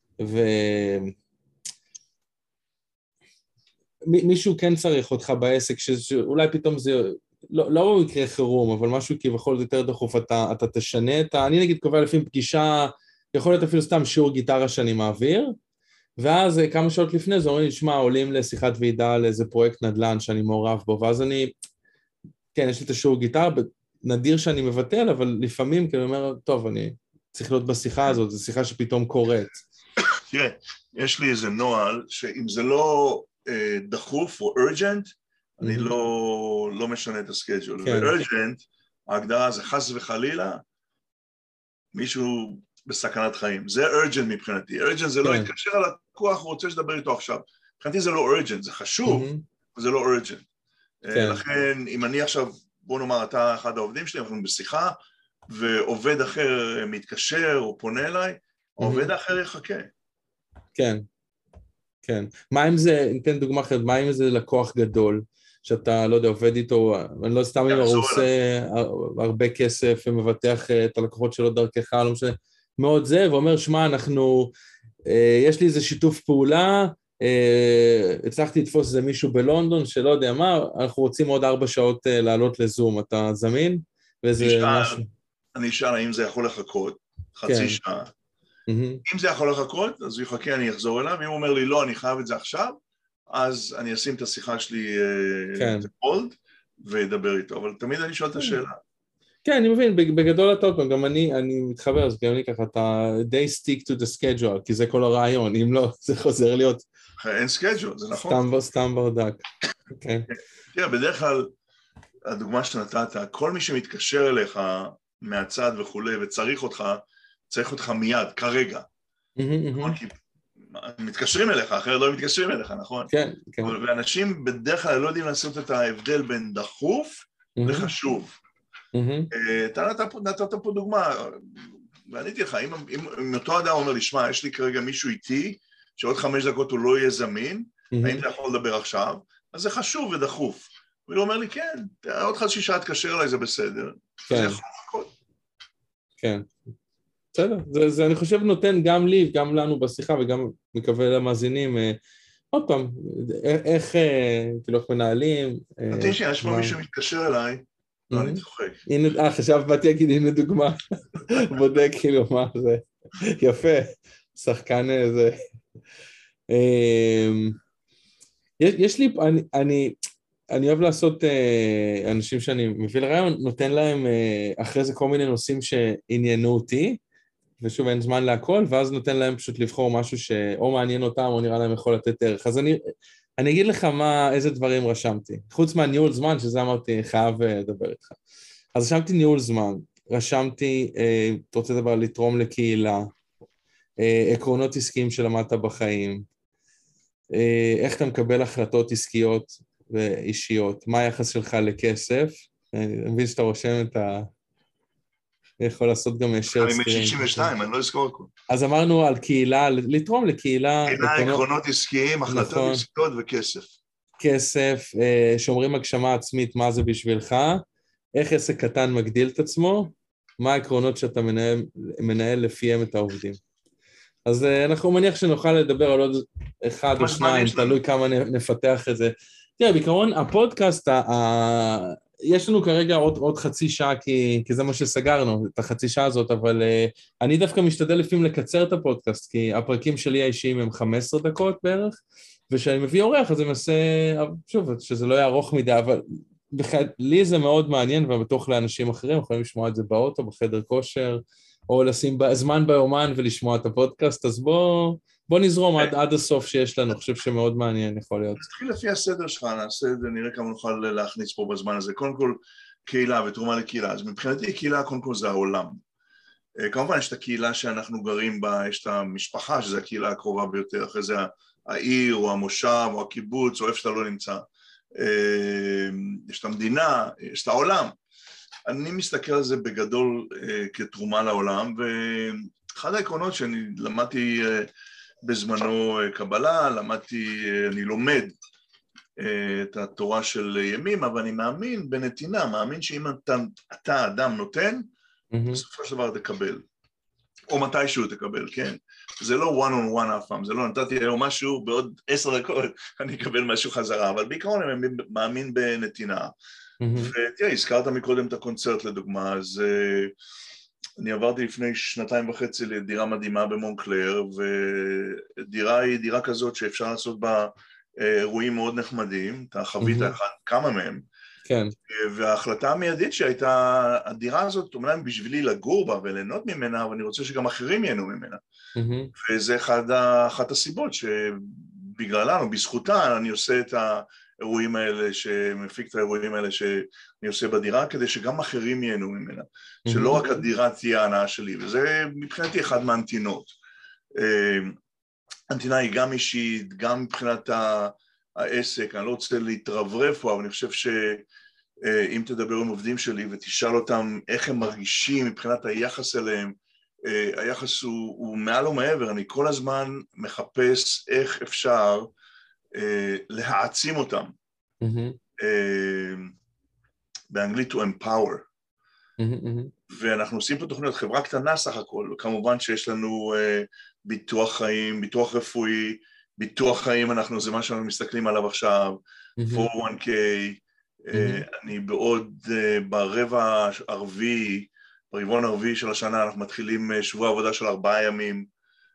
B: ומישהו כן צריך אותך בעסק, שאולי פתאום זה, לא, לא במקרה חירום, אבל משהו כבכל זה יותר דחוף, אתה, אתה תשנה את ה... אני נגיד קובע לפעמים פגישה, יכול להיות אפילו סתם שיעור גיטרה שאני מעביר, ואז כמה שעות לפני זה אומרים לי, שמע, עולים לשיחת ועידה על איזה פרויקט נדל"ן שאני מעורב בו, ואז אני, כן, יש לי את השיעור גיטרה, נדיר שאני מבטל, אבל לפעמים, כי אני אומר, טוב, אני צריך להיות בשיחה הזאת, זו שיחה שפתאום קורית.
C: תראה, יש לי איזה נוהל, שאם זה לא אה, דחוף או urgent, אני לא, לא משנה את הסקייג'ול.
B: כן.
C: ו-urgent, ההגדרה זה חס וחלילה, מישהו בסכנת חיים. זה urgent מבחינתי. urgent זה לא התקשר על לקוח, הוא רוצה שדבר איתו עכשיו. מבחינתי זה לא urgent, זה חשוב, אבל זה לא urgent. לכן, אם אני עכשיו, בוא נאמר, אתה אחד העובדים שלי, אנחנו בשיחה, ועובד אחר מתקשר או פונה אליי, העובד האחר יחכה.
B: כן, כן. מה אם זה, ניתן דוגמה אחרת, מה אם זה לקוח גדול, שאתה, לא יודע, עובד איתו, אני לא סתם אם הוא עושה הרבה כסף ומבטח את הלקוחות שלו דרכך, לא משנה, מאוד זה, ואומר, שמע, אנחנו, יש לי איזה שיתוף פעולה, הצלחתי לתפוס איזה מישהו בלונדון, שלא יודע מה, אנחנו רוצים עוד ארבע שעות לעלות לזום, אתה זמין? וזה משהו.
C: אני אשאל האם זה יכול לחכות, חצי שעה. אם זה יכול לחכות, אז הוא יחכה, אני אחזור אליו, אם הוא אומר לי, לא, אני חייב את זה עכשיו, אז אני אשים את השיחה שלי בולד, וידבר איתו, אבל תמיד אני שואל את השאלה.
B: כן, אני מבין, בגדול אתה עוד פעם, גם אני, אני מתחבר, אז גם אני ככה, אתה they stick to the schedule, כי זה כל הרעיון, אם לא, זה חוזר להיות...
C: אין schedule, זה נכון.
B: סתם ברדק.
C: תראה, בדרך כלל, הדוגמה שנתת, כל מי שמתקשר אליך מהצד וכולי, וצריך אותך, צריך אותך מיד, כרגע. כי מתקשרים אליך, אחרת לא מתקשרים אליך, נכון?
B: כן, כן.
C: ואנשים בדרך כלל לא יודעים לעשות את ההבדל בין דחוף וחשוב. אתה נתת פה דוגמה, ועניתי לך, אם אותו אדם אומר לי, שמע, יש לי כרגע מישהו איתי, שעוד חמש דקות הוא לא יהיה זמין, האם אתה יכול לדבר עכשיו? אז זה חשוב ודחוף. הוא אומר לי, כן, עוד חצי שעה תקשר אליי, זה בסדר. זה יכול לחכות.
B: כן. בסדר, זה, זה אני חושב נותן גם לי, גם לנו בשיחה, וגם מקווה למאזינים, עוד פעם, איך, כאילו, איך מנהלים.
C: נתן שיש פה מישהו מתקשר אליי, לא, אני צוחק.
B: אה, חשב, באתי להגיד, הנה דוגמה, בודק כאילו מה זה, יפה, שחקן איזה. יש לי, אני, אני, אני אוהב לעשות, אנשים שאני מביא לרעיון, נותן להם אחרי זה כל מיני נושאים שעניינו אותי, ושוב אין זמן להכל, ואז נותן להם פשוט לבחור משהו שאו מעניין אותם, או נראה להם יכול לתת ערך. אז אני, אני אגיד לך מה, איזה דברים רשמתי. חוץ מהניהול זמן, שזה אמרתי, חייב לדבר איתך. אז רשמתי ניהול זמן, רשמתי, אתה רוצה לדבר, לתרום לקהילה, עקרונות עסקיים שלמדת בחיים, איך אתה מקבל החלטות עסקיות ואישיות, מה היחס שלך לכסף, אני מבין שאתה רושם את ה... יכול לעשות גם share screen.
C: אני מ-שישים ושתיים, אני לא אזכור הכל.
B: אז אמרנו על קהילה, לתרום לקהילה...
C: קהילה, עקרונות עסקיים, החלטות עסקיות וכסף.
B: כסף, שומרים הגשמה עצמית, מה זה בשבילך, איך עסק קטן מגדיל את עצמו, מה העקרונות שאתה מנהל, מנהל לפיהם את העובדים. אז אנחנו מניח שנוכל לדבר על עוד אחד או שניים, תלוי כמה נפתח את זה. תראה, בעיקרון, הפודקאסט, יש לנו כרגע עוד, עוד חצי שעה, כי, כי זה מה שסגרנו, את החצי שעה הזאת, אבל uh, אני דווקא משתדל לפעמים לקצר את הפודקאסט, כי הפרקים שלי האישיים הם חמש עשרה דקות בערך, וכשאני מביא אורח, אז אני מנסה, שוב, שזה לא יהיה ארוך מדי, אבל בכלל, לי זה מאוד מעניין, ובטוח לאנשים אחרים, יכולים לשמוע את זה באוטו, בחדר כושר, או לשים זמן ביומן ולשמוע את הפודקאסט, אז בוא, בוא נזרום עד, עד הסוף שיש לנו, אני חושב שמאוד מעניין יכול להיות.
C: אז תתחיל לפי הסדר שלך, נעשה את זה, נראה כמה נוכל להכניס פה בזמן הזה. קודם כל, קהילה ותרומה לקהילה. אז מבחינתי קהילה, קודם כל זה העולם. כמובן יש את הקהילה שאנחנו גרים בה, יש את המשפחה, שזו הקהילה הקרובה ביותר, אחרי זה העיר או המושב או הקיבוץ או איפה שאתה לא נמצא. יש את המדינה, יש את העולם. אני מסתכל על זה בגדול כתרומה לעולם, ואחד העקרונות שאני למדתי בזמנו קבלה, למדתי, אני לומד את התורה של ימים, אבל אני מאמין בנתינה, מאמין שאם אתה, אתה אדם נותן, mm-hmm. בסופו של דבר תקבל, או מתישהו תקבל, כן? זה לא one on one אף פעם, זה לא נתתי היום משהו, בעוד עשר דקות אני אקבל משהו חזרה, אבל בעיקרון אני מאמין בנתינה. ותראה, הזכרת מקודם את הקונצרט לדוגמה, אז אני עברתי לפני שנתיים וחצי לדירה מדהימה במונקלר, ודירה היא דירה כזאת שאפשר לעשות בה אירועים מאוד נחמדים, אתה חווית אחד, כמה מהם,
B: כן.
C: וההחלטה המיידית שהייתה, הדירה הזאת אומנם בשבילי לגור בה וליהנות ממנה, אבל אני רוצה שגם אחרים ייהנו ממנה, וזה אחת הסיבות שבגללנו, בזכותן, אני עושה את ה... האירועים האלה, שמפיק את האירועים האלה שאני עושה בדירה, כדי שגם אחרים ייהנו ממנה, mm-hmm. שלא רק הדירה תהיה ההנאה שלי, וזה מבחינתי אחד מהנתינות. הנתינה היא גם אישית, גם מבחינת העסק, אני לא רוצה להתרברב פה, אבל אני חושב שאם תדבר עם עובדים שלי ותשאל אותם איך הם מרגישים מבחינת היחס אליהם, היחס הוא, הוא מעל ומעבר, אני כל הזמן מחפש איך אפשר, להעצים אותם, באנגלית to empower. ואנחנו עושים פה תוכניות, חברה קטנה סך הכל, וכמובן שיש לנו ביטוח חיים, ביטוח רפואי, ביטוח חיים, אנחנו, זה מה שאנחנו מסתכלים עליו עכשיו, פור וואן קיי, אני בעוד, ברבע הרביעי, ברבעון הרביעי של השנה, אנחנו מתחילים שבוע עבודה של ארבעה ימים,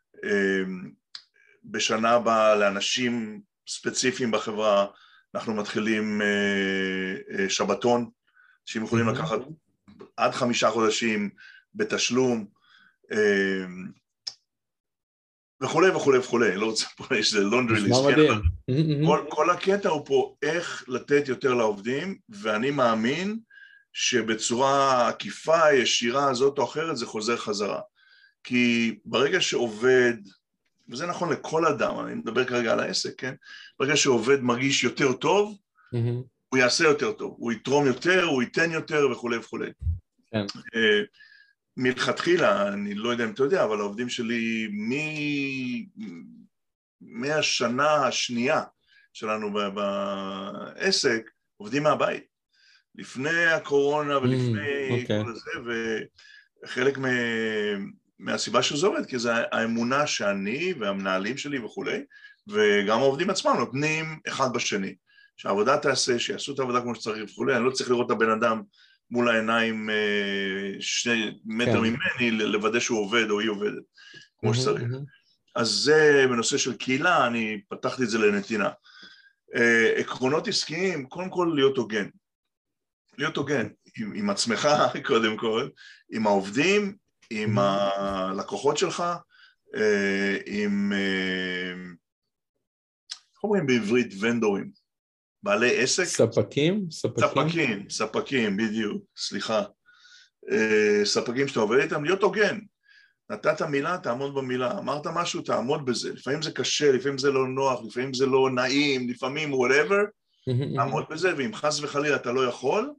C: בשנה הבאה לאנשים ספציפיים בחברה, אנחנו מתחילים שבתון, שהם יכולים לקחת עד חמישה חודשים בתשלום, וכולי וכולי וכולי, לא רוצה פה, יש זה לונדרי ליסט, כל הקטע הוא פה איך לתת יותר לעובדים, ואני מאמין שבצורה עקיפה, ישירה, זאת או אחרת, זה חוזר חזרה. כי ברגע שעובד, וזה נכון לכל אדם, אני מדבר כרגע על העסק, כן? ברגע שעובד מרגיש יותר טוב, הוא יעשה יותר טוב, הוא יתרום יותר, הוא ייתן יותר וכולי וכולי.
B: כן.
C: מלכתחילה, אני לא יודע אם אתה יודע, אבל העובדים שלי מהשנה השנייה שלנו בעסק, עובדים מהבית. לפני הקורונה ולפני כל זה, וחלק מהסיבה שזה עובד, כי זה האמונה שאני והמנהלים שלי וכולי, וגם העובדים עצמם נותנים אחד בשני. שהעבודה תעשה, שיעשו את העבודה כמו שצריך וכולי, אני לא צריך לראות את הבן אדם מול העיניים שני מטר ממני, לוודא שהוא עובד או היא עובדת, כמו שצריך. אז זה בנושא של קהילה, אני פתחתי את זה לנתינה. עקרונות עסקיים, קודם כל להיות הוגן. להיות הוגן, עם, עם עצמך קודם כל, עם העובדים, עם הלקוחות שלך, עם, איך אומרים בעברית, ונדורים, בעלי עסק.
B: ספקים?
C: ספקים, ספקים, ספקים, בדיוק, סליחה. ספקים שאתה עובד איתם, להיות הוגן. נתת מילה, תעמוד במילה. אמרת משהו, תעמוד בזה. לפעמים זה קשה, לפעמים זה לא נוח, לפעמים זה לא נעים, לפעמים whatever. תעמוד בזה, ואם חס וחלילה אתה לא יכול,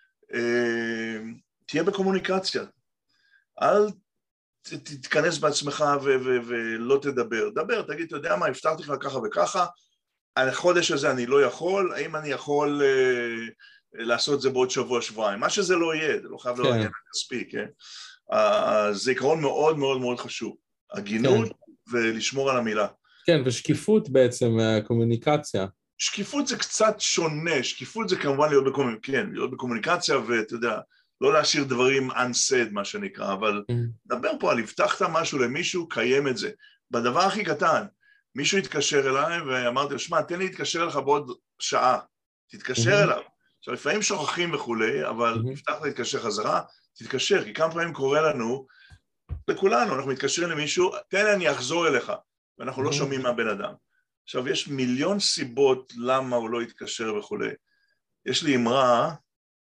C: תהיה בקומוניקציה. אל תתכנס בעצמך ולא תדבר. דבר, תגיד, אתה יודע מה, הבטחתי לך ככה וככה, החודש הזה אני לא יכול, האם אני יכול לעשות את זה בעוד שבוע, שבועיים? מה שזה לא יהיה, זה לא חייב לא להגיע כספי, כן? זה עיקרון מאוד מאוד מאוד חשוב. הגינות ולשמור על המילה.
B: כן, ושקיפות בעצם, קומוניקציה.
C: שקיפות זה קצת שונה, שקיפות זה כמובן להיות בקומוניקציה, כן, להיות בקומוניקציה ואתה יודע, לא להשאיר דברים unsaid מה שנקרא, אבל דבר פה על הבטחת משהו למישהו, קיים את זה. בדבר הכי קטן, מישהו התקשר אליי ואמרתי לו, שמע, תן לי להתקשר אליך בעוד שעה, תתקשר אליו. עכשיו, לפעמים שוכחים וכולי, אבל הבטחת להתקשר חזרה, תתקשר, כי כמה פעמים קורה לנו, לכולנו, אנחנו מתקשרים למישהו, תן לי אני אחזור אליך, ואנחנו לא שומעים מהבן אדם. עכשיו, יש מיליון סיבות למה הוא לא יתקשר וכולי. יש לי אמרה,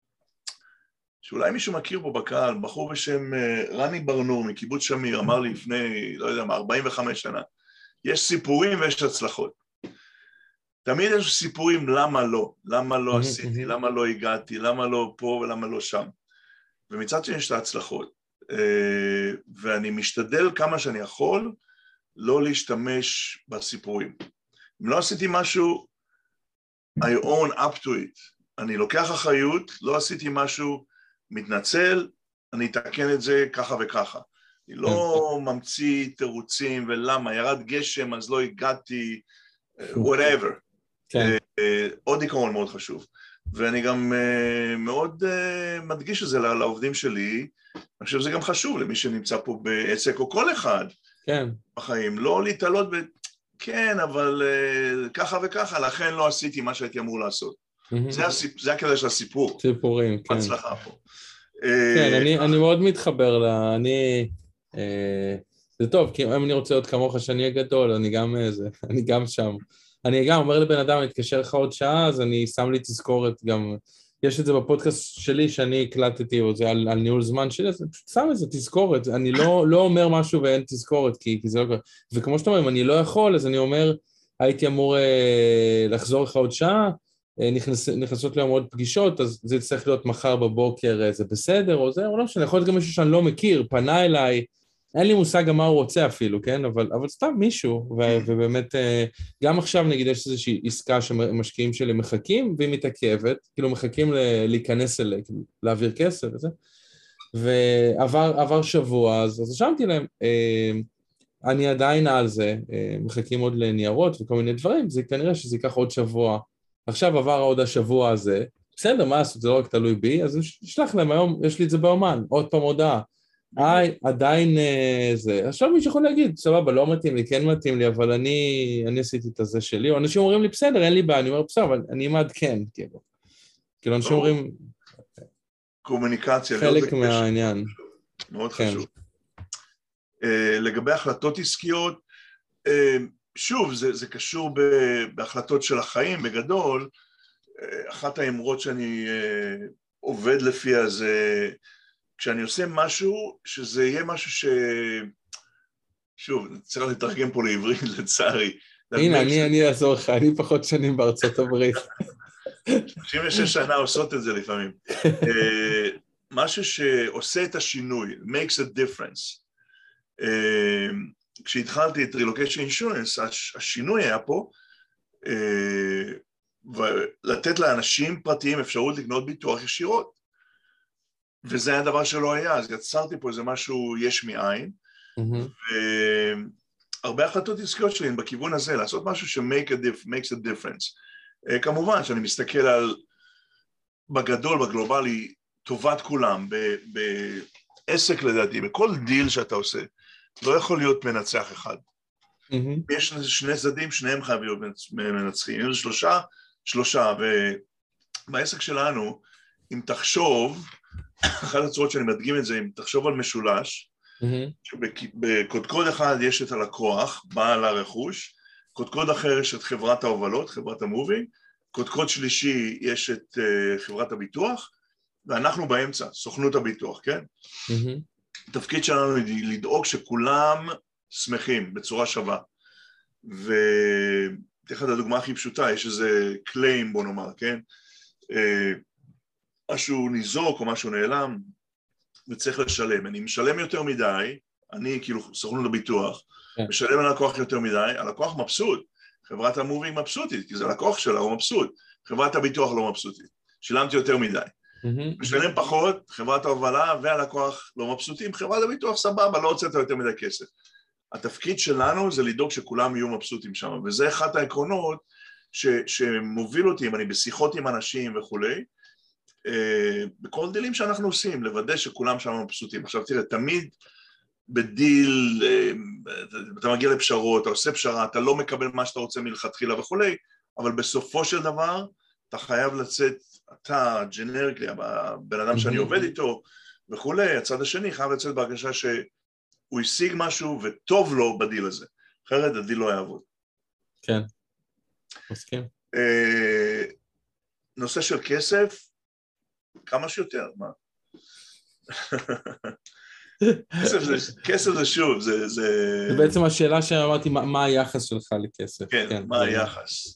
C: שאולי מישהו מכיר פה בקהל, בחור בשם רני ברנור מקיבוץ שמיר, אמר לי לפני, לא יודע מה, ארבעים וחמש שנה, יש סיפורים ויש הצלחות. תמיד יש סיפורים למה לא, למה לא עשיתי, למה לא הגעתי, למה לא פה ולמה לא שם. ומצד שני יש את ההצלחות. ואני משתדל כמה שאני יכול לא להשתמש בסיפורים. אם לא עשיתי משהו, I own up to it. אני לוקח אחריות, לא עשיתי משהו, מתנצל, אני אתקן את זה ככה וככה. אני לא ממציא תירוצים ולמה, ירד גשם אז לא הגעתי, whatever. עוד עיקרון מאוד חשוב. ואני גם מאוד מדגיש את זה לעובדים שלי, אני חושב שזה גם חשוב למי שנמצא פה בעסק או כל אחד בחיים, לא להתעלות ב... כן, אבל ככה וככה, לכן לא עשיתי מה שהייתי אמור לעשות. זה הכלל של הסיפור.
B: סיפורים, כן.
C: הצלחה פה.
B: כן, אני מאוד מתחבר לה, אני... זה טוב, כי אם אני רוצה עוד כמוך שאני אהיה גדול, אני גם זה, אני גם שם. אני גם אומר לבן אדם, אני אתקשר לך עוד שעה, אז אני שם לי תזכורת גם, יש את זה בפודקאסט שלי שאני הקלטתי, או זה על, על ניהול זמן שלי, אז פשוט שם איזה תזכורת, אני לא, לא אומר משהו ואין תזכורת, כי, כי זה לא קורה. וכמו שאתה אומר, אם אני לא יכול, אז אני אומר, הייתי אמור אה, לחזור לך עוד שעה, אה, נכנס, נכנסות ליום עוד פגישות, אז זה צריך להיות מחר בבוקר, אה, זה בסדר, או זה, או לא משנה, יכול להיות גם מישהו שאני לא מכיר, פנה אליי, אין לי מושג גם מה הוא רוצה אפילו, כן? אבל, אבל סתם מישהו, ו, ובאמת, גם עכשיו נגיד יש איזושהי עסקה שמשקיעים שלי מחכים, והיא מתעכבת, כאילו מחכים ל- להיכנס אליה, כאילו להעביר כסף וזה, ועבר עבר שבוע, אז, אז רשמתי להם, אני עדיין על זה, מחכים עוד לניירות וכל מיני דברים, זה כנראה שזה ייקח עוד שבוע, עכשיו עבר עוד השבוע הזה, בסדר, מה לעשות, זה לא רק תלוי בי, אז נשלח להם היום, יש לי את זה באומן, עוד פעם הודעה, היי, עדיין זה, עכשיו מישהו יכול להגיד, סבבה, לא מתאים לי, כן מתאים לי, אבל אני, אני עשיתי את הזה שלי, או אנשים אומרים לי, בסדר, אין לי בעיה, אני אומר, בסדר, אבל אני מעד כן, כאילו, כאילו אנשים אומרים,
C: קומוניקציה,
B: חלק מהעניין,
C: מאוד חשוב. לגבי החלטות עסקיות, שוב, זה, זה קשור בהחלטות של החיים, בגדול, אחת האמרות שאני עובד לפיה זה, כשאני עושה משהו, שזה יהיה משהו ש... שוב, צריך לתרגם פה לעברית, לצערי.
B: הנה, אני, אני אעזור לך, אני פחות שנים בארצות הברית.
C: שלושים ושש שנה עושות את זה לפעמים. משהו שעושה את השינוי, makes a difference. כשהתחלתי את Relocation Insurance, השינוי היה פה, ולתת לאנשים פרטיים אפשרות לקנות ביטוח ישירות. וזה היה דבר שלא היה, אז יצרתי פה איזה משהו יש מאין, והרבה החלטות עסקיות שלי בכיוון הזה, לעשות משהו ש-makes a difference. כמובן שאני מסתכל על, בגדול, בגלובלי, טובת כולם, בעסק לדעתי, בכל דיל שאתה עושה, לא יכול להיות מנצח אחד. יש שני צדדים, שניהם חייבים להיות מנצחים. אם זה שלושה, שלושה, ובעסק שלנו, אם תחשוב, אחת הצורות שאני מדגים את זה, אם תחשוב על משולש, שבקודקוד אחד יש את הלקוח, בעל הרכוש, קודקוד אחר יש את חברת ההובלות, חברת המובי, קודקוד שלישי יש את חברת הביטוח, ואנחנו באמצע, סוכנות הביטוח, כן? התפקיד שלנו היא לדאוג שכולם שמחים בצורה שווה. ותכף הדוגמה הכי פשוטה, יש איזה קליים, בוא נאמר, כן? משהו ניזוק או משהו נעלם, וצריך לשלם. אני משלם יותר מדי, אני כאילו סוכנות הביטוח, משלם על לקוח יותר מדי, הלקוח מבסוט, חברת המובינג מבסוטית, כי זה לקוח שלה, הוא מבסוט, חברת הביטוח לא מבסוטית, שילמתי יותר מדי. משלם פחות, חברת ההובלה והלקוח לא מבסוטים, חברת הביטוח סבבה, לא הוצאת יותר מדי כסף. התפקיד שלנו זה לדאוג שכולם יהיו מבסוטים שם, וזה אחד העקרונות ש, שמוביל אותי, אם אני בשיחות עם אנשים וכולי, בכל דילים שאנחנו עושים, לוודא שכולם שם מבסוטים. עכשיו תראה, תמיד בדיל, אתה מגיע לפשרות, אתה עושה פשרה, אתה לא מקבל מה שאתה רוצה מלכתחילה וכולי, אבל בסופו של דבר, אתה חייב לצאת, אתה, ג'נריקלי, הבן אדם שאני עובד איתו וכולי, הצד השני חייב לצאת בהרגשה שהוא השיג משהו וטוב לו בדיל הזה, אחרת הדיל לא יעבוד.
B: כן, מסכים.
C: נושא של כסף, כמה שיותר, מה? כסף זה, כסף זה שוב, זה... זה...
B: זה בעצם השאלה שאמרתי, מה, מה היחס שלך לכסף?
C: כן, כן מה היחס?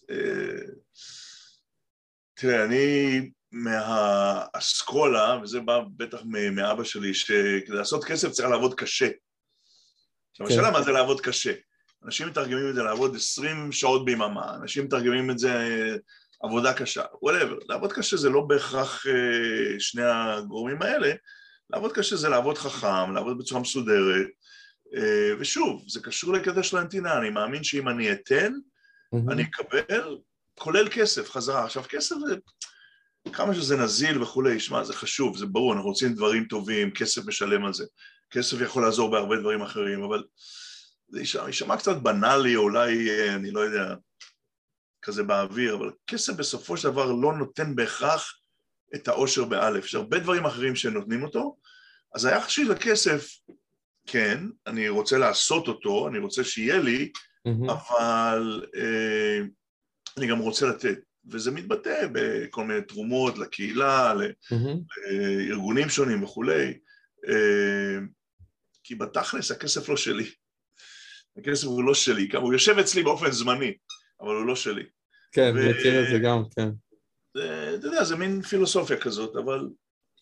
C: תראה, אני מהאסכולה, וזה בא בטח מאבא שלי, שכדי לעשות כסף צריך לעבוד קשה. עכשיו, השאלה מה זה לעבוד קשה? אנשים מתרגמים את זה לעבוד עשרים שעות ביממה, אנשים מתרגמים את זה עבודה קשה, whatever. לעבוד קשה זה לא בהכרח שני הגורמים האלה, לעבוד קשה זה לעבוד חכם, לעבוד בצורה מסודרת, ושוב, זה קשור לקדש לאנטינה, אני מאמין שאם אני אתן, אני אקבל, כולל כסף, חזרה. עכשיו, כסף זה, כמה שזה נזיל וכולי, שמע, זה חשוב, זה ברור, אנחנו רוצים דברים טובים, כסף משלם על זה, כסף יכול לעזור בהרבה דברים אחרים, אבל זה יישמע קצת בנאלי, אולי, אני לא יודע, כזה באוויר, אבל כסף בסופו של דבר לא נותן בהכרח את האושר באלף, יש הרבה דברים אחרים שנותנים אותו, אז היה חשוב לכסף, כן, אני רוצה לעשות אותו, אני רוצה שיהיה לי, mm-hmm. אבל אה, אני גם רוצה לתת, וזה מתבטא בכל מיני תרומות לקהילה, mm-hmm. לארגונים שונים וכולי, אה, כי בתכלס הכסף לא שלי, הכסף הוא לא שלי, הוא יושב אצלי באופן זמני, אבל הוא לא שלי.
B: כן, ו... מכיר את זה גם, כן.
C: אתה יודע, זה מין פילוסופיה כזאת, אבל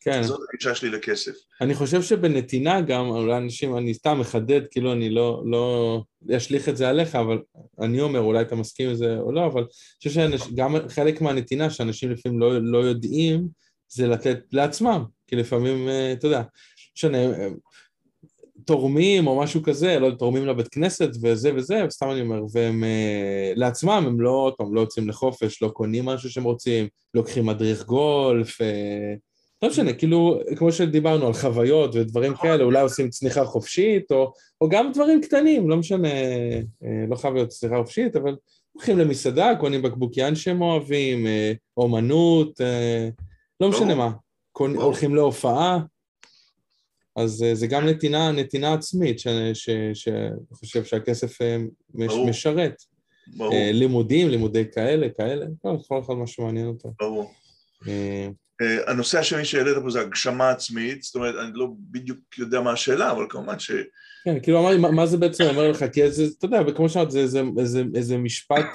B: כן.
C: זאת הגישה שלי לכסף.
B: אני חושב שבנתינה גם, אולי אנשים, אני סתם מחדד, כאילו אני לא, לא אשליך את זה עליך, אבל אני אומר, אולי אתה מסכים עם זה או לא, אבל אני חושב שגם חלק מהנתינה שאנשים לפעמים לא, לא יודעים, זה לתת לעצמם, כי לפעמים, אתה יודע, שונה, תורמים או משהו כזה, לא תורמים לבית כנסת וזה וזה, וסתם אני אומר, והם לעצמם, הם לא, הם לא יוצאים לחופש, לא קונים משהו שהם רוצים, לוקחים מדריך גולף, לא משנה, כאילו, כמו שדיברנו על חוויות ודברים כאלה, אולי עושים צניחה חופשית, או, או גם דברים קטנים, לא משנה, לא חייב להיות צניחה חופשית, אבל הולכים למסעדה, קונים בקבוקיין שהם אוהבים, אומנות, לא משנה מה, קונים, הולכים להופעה, אז זה גם נתינה, נתינה עצמית, שאני חושב שהכסף משרת.
C: ברור.
B: לימודים, לימודי כאלה, כאלה, כל אחד מה שמעניין אותו.
C: ברור. הנושא השני שהעלית פה זה הגשמה עצמית, זאת אומרת, אני לא בדיוק יודע מה השאלה, אבל כמובן ש...
B: כן, כאילו אמר לי, מה זה בעצם אומר לך? כי זה, אתה יודע, וכמו שאמרת, זה איזה משפט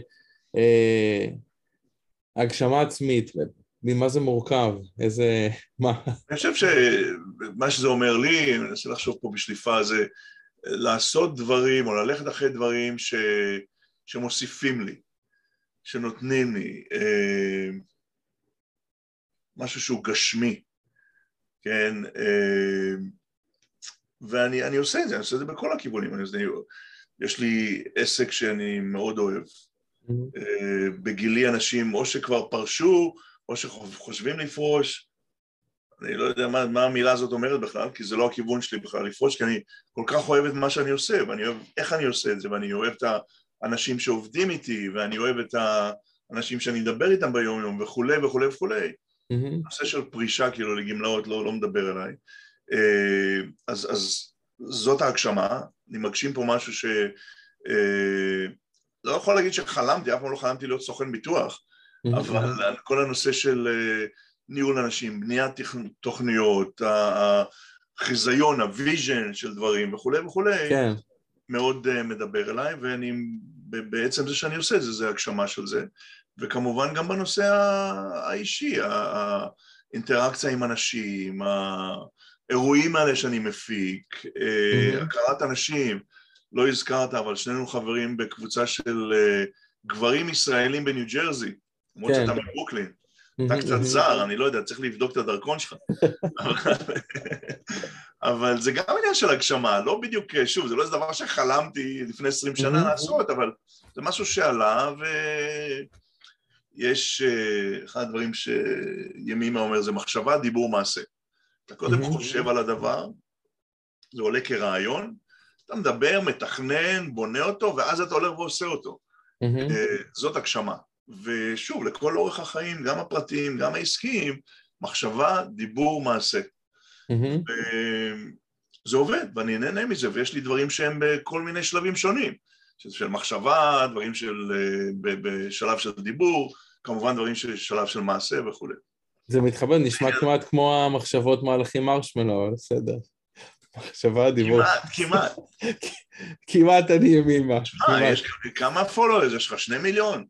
B: הגשמה עצמית, ממה זה מורכב? איזה... מה?
C: אני חושב שמה שזה אומר לי, אני מנסה לחשוב פה בשליפה, זה לעשות דברים, או ללכת אחרי דברים ש... שמוסיפים לי, שנותנים לי, משהו שהוא גשמי, כן, ואני אני עושה את זה, אני עושה את זה בכל הכיוונים, אני, יש לי עסק שאני מאוד אוהב, mm-hmm. בגילי אנשים או שכבר פרשו, או שחושבים לפרוש, אני לא יודע מה, מה המילה הזאת אומרת בכלל, כי זה לא הכיוון שלי בכלל לפרוש, כי אני כל כך אוהב את מה שאני עושה, ואני אוהב איך אני עושה את זה, ואני אוהב את האנשים שעובדים איתי, ואני אוהב את האנשים שאני מדבר איתם ביום יום, וכולי וכולי וכולי. נושא של פרישה, כאילו לגמלאות לא, לא מדבר אליי. אז, אז זאת ההגשמה, אני מגשים פה משהו ש... לא יכול להגיד שחלמתי, אף פעם לא חלמתי להיות סוכן ביטוח, אבל כל הנושא של ניהול אנשים, בניית תוכניות, החיזיון, הוויז'ן של דברים וכולי וכולי, כן. מאוד מדבר אליי, ואני בעצם זה שאני עושה את זה, זה הגשמה של זה. וכמובן גם בנושא האישי, האינטראקציה עם אנשים, האירועים האלה שאני מפיק, הכרת אנשים, לא הזכרת, אבל שנינו חברים בקבוצה של גברים ישראלים בניו ג'רזי, למרות שאתה מברוקלין, אתה קצת זר, אני לא יודע, צריך לבדוק את הדרכון שלך. אבל זה גם עניין של הגשמה, לא בדיוק, שוב, זה לא איזה דבר שחלמתי לפני עשרים שנה לעשות, אבל זה משהו שעלה ו... יש אחד הדברים שימימה אומר, זה מחשבה, דיבור, מעשה. אתה קודם חושב על הדבר, זה עולה כרעיון, אתה מדבר, מתכנן, בונה אותו, ואז אתה הולך ועושה אותו. זאת הגשמה. ושוב, לכל אורך החיים, גם הפרטיים, גם העסקיים, מחשבה, דיבור, מעשה. זה עובד, ואני נהנה מזה, ויש לי דברים שהם בכל מיני שלבים שונים. של מחשבה, דברים של, בשלב של דיבור, כמובן דברים של שלב של מעשה וכו'.
B: זה מתחבר, נשמע כמעט כמו המחשבות מהלכים מרשמלו, אבל בסדר. מחשבה, דיבור.
C: כמעט, כמעט.
B: כמעט אני ימימה.
C: יש כמה פולוורס, יש לך שני מיליון.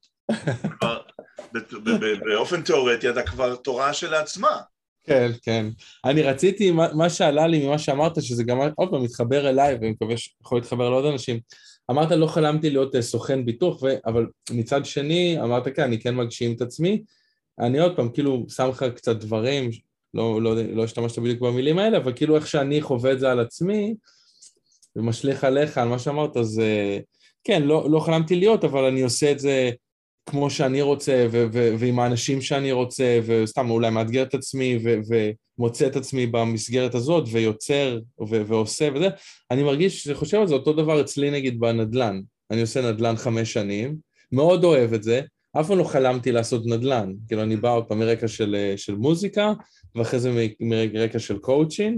C: באופן תיאורטי אתה כבר תורה של עצמה.
B: כן, כן. אני רציתי, מה שעלה לי ממה שאמרת, שזה גם עוד פעם מתחבר אליי, ואני מקווה שיכול להתחבר לעוד אנשים, אמרת, לא חלמתי להיות סוכן ביטוח, אבל מצד שני, אמרת, כן, אני כן מגשים את עצמי, אני עוד פעם, כאילו, שם לך קצת דברים, לא, לא, לא השתמשת בדיוק במילים האלה, אבל כאילו איך שאני חווה את זה על עצמי, ומשליך עליך על מה שאמרת, אז כן, לא, לא חלמתי להיות, אבל אני עושה את זה כמו שאני רוצה, ו- ו- ועם האנשים שאני רוצה, וסתם אולי מאתגר את עצמי, ו- ומוצא את עצמי במסגרת הזאת, ויוצר, ו- ועושה וזה, אני מרגיש שחושב על זה אותו דבר אצלי נגיד בנדלן, אני עושה נדלן חמש שנים, מאוד אוהב את זה, אף פעם לא חלמתי לעשות נדלן, כאילו אני בא עוד פעם מרקע של, של מוזיקה, ואחרי זה מרקע של קואוצ'ינג,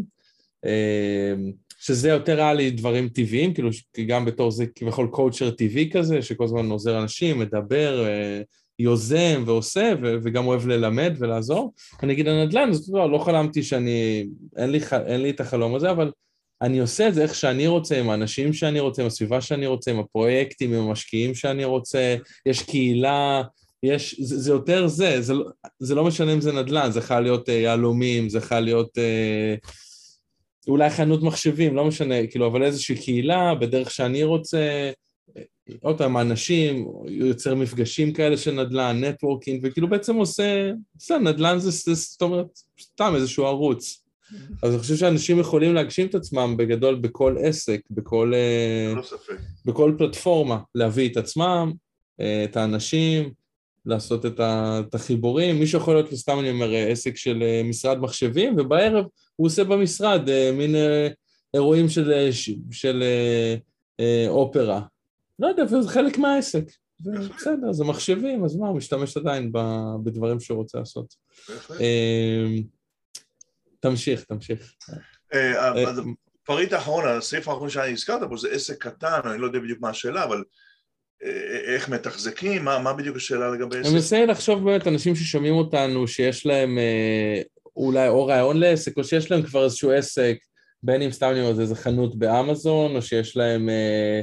B: שזה יותר רע לי דברים טבעיים, כאילו גם בתור זה כביכול קואוצ'ר טבעי כזה, שכל הזמן עוזר אנשים, מדבר, יוזם ועושה, וגם אוהב ללמד ולעזור. אני אגיד הנדל"ן, זאת אומרת, לא חלמתי שאני, אין לי, אין לי את החלום הזה, אבל אני עושה את זה איך שאני רוצה, עם האנשים שאני רוצה, עם הסביבה שאני רוצה, עם הפרויקטים, עם המשקיעים שאני רוצה, יש קהילה, יש, זה, זה יותר זה, זה, לא- זה לא משנה אם זה נדל"ן, זה יכול להיות אה, יהלומים, זה יכול להיות אה, אולי חנות מחשבים, לא משנה, כאילו, אבל איזושהי קהילה, בדרך שאני רוצה, אה, עוד פעם, אנשים, יוצר מפגשים כאלה של נדל"ן, נטוורקינג, וכאילו בעצם עושה, עושה נדל"ן זה, זה, זאת אומרת, סתם איזשהו ערוץ. אז אני חושב שאנשים יכולים להגשים את עצמם בגדול בכל עסק, בכל, אה,
C: לא ספק.
B: בכל פלטפורמה, להביא את עצמם, אה, את האנשים, לעשות את ה- את החיבורים. מישהו יכול להיות, סתם אני אומר, אה, עסק של אה, משרד מחשבים, ובערב הוא עושה במשרד אה, מין אה, אירועים של, אה, ש- של אה, אה, אופרה. לא יודע, וזה חלק מהעסק. זה
C: בהחלט.
B: בסדר, זה מחשבים, אז מה, הוא משתמש עדיין ב- בדברים שהוא רוצה לעשות.
C: בהחלט.
B: אה, תמשיך, תמשיך.
C: אה,
B: אה,
C: אז הפריט האחרון, הסעיף האחרון שאני הזכרת פה, זה עסק קטן, אני לא יודע בדיוק מה השאלה, אבל אה, איך מתחזקים, מה מה בדיוק השאלה לגבי
B: אני
C: עסק?
B: מנסה לחשוב באמת, אנשים ששומעים אותנו, שיש להם אה, אולי או רעיון לעסק, או שיש להם כבר איזשהו עסק, בין אם סתם אני אומר, זה איזה חנות באמזון, או שיש להם אה,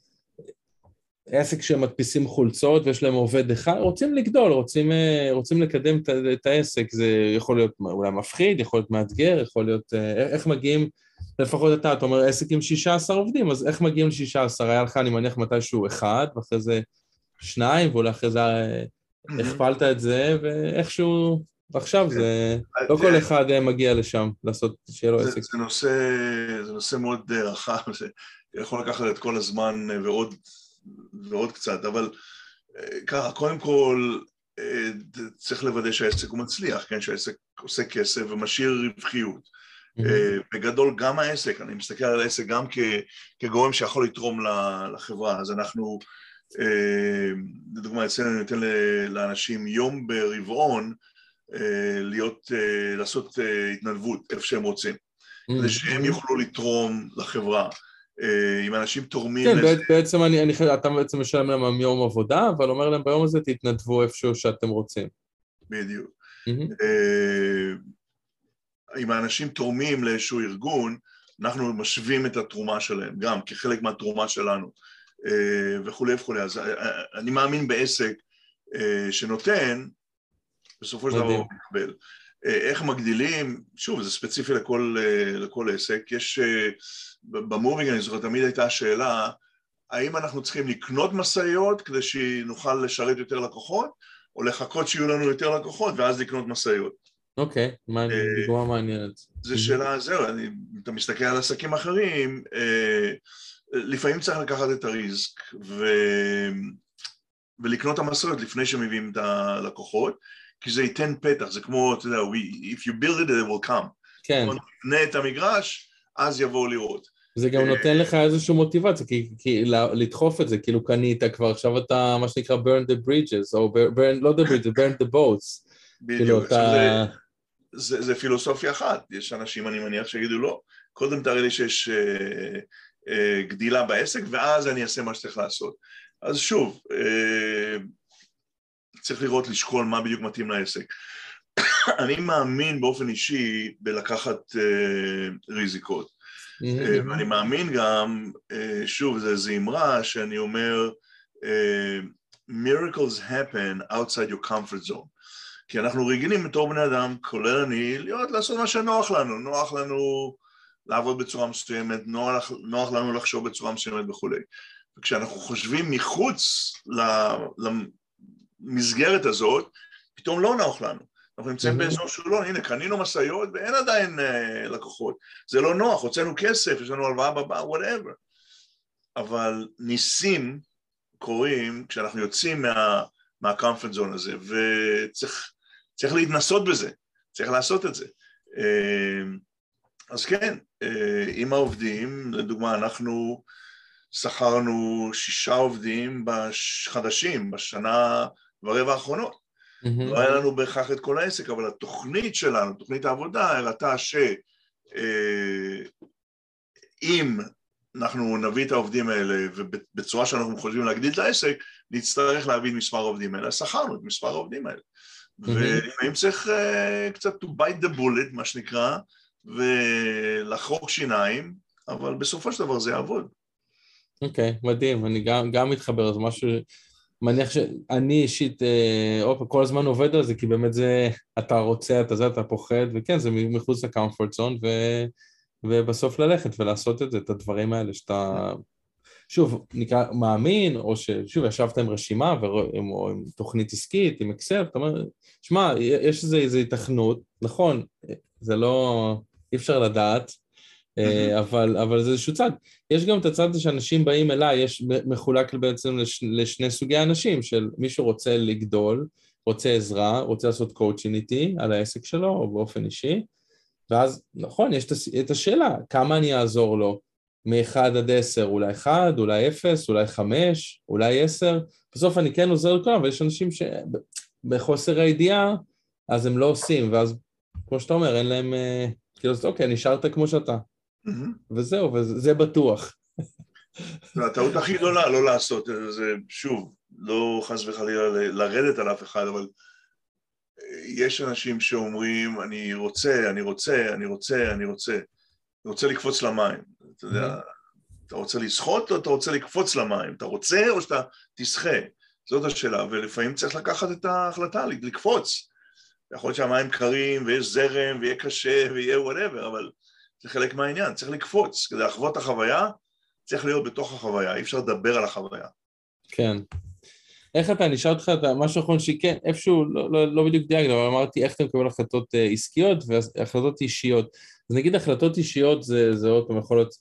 B: עסק שהם מדפיסים חולצות, ויש להם עובד אחד, רוצים לגדול, רוצים, אה, רוצים לקדם את, את העסק, זה יכול להיות אולי מפחיד, יכול להיות מאתגר, יכול להיות, אה, איך מגיעים, לפחות אתה, אתה אומר, עסק עם שישה עשר עובדים, אז איך מגיעים ל-שישה עשר? היה לך, אני מניח, מתישהו אחד, ואחרי זה שניים, ואולי אחרי זה אה, הכפלת את זה, ואיכשהו, ועכשיו זה, לא כל אחד אה, מגיע לשם, לעשות, שיהיה לו
C: זה,
B: עסק.
C: זה נושא, זה נושא מאוד אה, רחב, זה יכול לקחת את כל הזמן אה, ועוד, ועוד קצת, אבל אה, ככה, קודם כל אה, צריך לוודא שהעסק הוא מצליח, כן, שהעסק עושה כסף ומשאיר רווחיות. אה, בגדול גם העסק, אני מסתכל על העסק גם כ, כגורם שיכול לתרום ל- לחברה, אז אנחנו, אה, לדוגמה, אצלנו אני נותן ל- לאנשים יום ברבעון, אה, להיות, אה, לעשות אה, התנדבות איפה שהם רוצים, כדי שהם יוכלו לתרום לחברה. אה, אם אנשים תורמים
B: כן,
C: לזה,
B: בעצם אני, אני, אתה בעצם משלם להם יום עבודה, אבל אומר להם ביום הזה תתנדבו איפשהו שאתם רוצים.
C: בדיוק.
B: מהמם.
C: אה, אם האנשים תורמים לאיזשהו ארגון, אנחנו משווים את התרומה שלהם, גם כחלק מהתרומה שלנו, אה, וכולי וכולי. אז אה, אני מאמין בעסק אה, שנותן, בסופו של דבר
B: מדהים.
C: הוא מקבל. אה, איך מגדילים? שוב, זה ספציפי לכל, אה, לכל עסק. יש, אה, במובינג, אני זוכר, תמיד הייתה השאלה, האם אנחנו צריכים לקנות משאיות כדי שנוכל לשרת יותר לקוחות, או לחכות שיהיו לנו יותר לקוחות ואז לקנות משאיות.
B: אוקיי, מה- דוגמה מעניינת.
C: זו שאלה, זהו, אני, אתה מסתכל על עסקים אחרים, אה, לפעמים צריך לקחת את הריסק ו... ולקנות את המשאיות לפני שמביאים את הלקוחות, כי זה ייתן פתח, זה כמו, אתה יודע, we, if you build it, it will come.
B: כן.
C: נבנה את המגרש, אז יבואו לראות.
B: זה גם נותן לך איזושהי מוטיבציה, כי, כי לדחוף את זה, כאילו קנית כבר, עכשיו אתה, מה שנקרא, burn the bridges, או burn, לא the bridges, burn the boats.
C: בדיוק,
B: כאילו אתה...
C: זה, זה, זה פילוסופיה אחת, יש אנשים, אני מניח, שיגידו לא, קודם תראה לי שיש אה, אה, גדילה בעסק, ואז אני אעשה מה שצריך לעשות. אז שוב, אה, צריך לראות, לשקול מה בדיוק מתאים לעסק. אני מאמין באופן אישי בלקחת אה, ריזיקות.
B: Mm-hmm.
C: ואני מאמין גם, שוב, זו אמרה שאני אומר, miracles happen outside your comfort zone. כי אנחנו רגילים בתור בני אדם, כולל אני, להיות לעשות מה שנוח לנו, נוח לנו לעבוד בצורה מסוימת, נוח, נוח לנו לחשוב בצורה מסוימת וכו'. וכשאנחנו חושבים מחוץ למסגרת הזאת, פתאום לא נוח לנו. אנחנו נמצאים באזור שהוא לא, הנה, קנינו משאיות ואין עדיין uh, לקוחות. זה לא נוח, הוצאנו כסף, יש לנו הלוואה בבא, whatever. אבל ניסים קורים כשאנחנו יוצאים מה, מה-comfort zone הזה, וצריך צריך להתנסות בזה, צריך לעשות את זה. Uh, אז כן, uh, עם העובדים, לדוגמה, אנחנו שכרנו שישה עובדים חדשים בשנה ורבע האחרונות. לא היה לנו בהכרח את כל העסק, אבל התוכנית שלנו, תוכנית העבודה, הראתה שאם אנחנו נביא את העובדים האלה, ובצורה שאנחנו חושבים להגדיל את העסק, נצטרך להביא את מספר העובדים האלה. שכרנו את מספר העובדים האלה. ואם צריך קצת to bite the bullet, מה שנקרא, ולחרוק שיניים, אבל בסופו של דבר זה יעבוד.
B: אוקיי, מדהים, אני גם מתחבר, אז משהו... מניח שאני אישית, אופה, כל הזמן עובד על זה, כי באמת זה, אתה רוצה, אתה זה, אתה פוחד, וכן, זה מחוץ לקומפורט זון, ו... ובסוף ללכת ולעשות את זה, את הדברים האלה, שאתה, שוב, נקרא, מאמין, או ששוב, ישבת עם רשימה, או עם תוכנית עסקית, עם אקסל, אתה אומר, שמע, יש איזו איזו התכנות, נכון, זה לא, אי אפשר לדעת, אבל, אבל זה איזשהו צד. יש גם את הצד שאנשים באים אליי, יש מחולק בעצם לש, לשני סוגי אנשים, של מישהו רוצה לגדול, רוצה עזרה, רוצה לעשות קואוצ'ינג איתי על העסק שלו, או באופן אישי, ואז, נכון, יש את השאלה, כמה אני אעזור לו, מ-אחד עד עשר, אולי אחד, אולי אפס, אולי חמש, אולי עשר, בסוף אני כן עוזר לכולם, אבל יש אנשים שבחוסר הידיעה, אז הם לא עושים, ואז, כמו שאתה אומר, אין להם, כאילו, אוקיי, נשארת כמו שאתה. וזהו, וזה בטוח.
C: הטעות הכי גדולה לא לעשות, זה שוב, לא חס וחלילה לרדת על אף אחד, אבל יש אנשים שאומרים, אני רוצה, אני רוצה, אני רוצה, אני רוצה, אני רוצה לקפוץ למים. אתה יודע, אתה רוצה לשחות או אתה רוצה לקפוץ למים? אתה רוצה או שאתה תשחה? זאת השאלה, ולפעמים צריך לקחת את ההחלטה, לקפוץ. יכול להיות שהמים קרים ויש זרם ויהיה קשה ויהיה whatever, אבל זה חלק מהעניין, צריך לקפוץ. כדי לחוות את החוויה, צריך להיות בתוך החוויה, אי אפשר לדבר על החוויה.
B: כן. איך אתה, נשאר אותך, משהו אחרון שכן, איפשהו, לא, לא, לא בדיוק דיאגת, אבל אמרתי, איך אתה מקבל החלטות עסקיות והחלטות אישיות. אז נגיד החלטות אישיות זה, זה עוד פעם יכול להיות,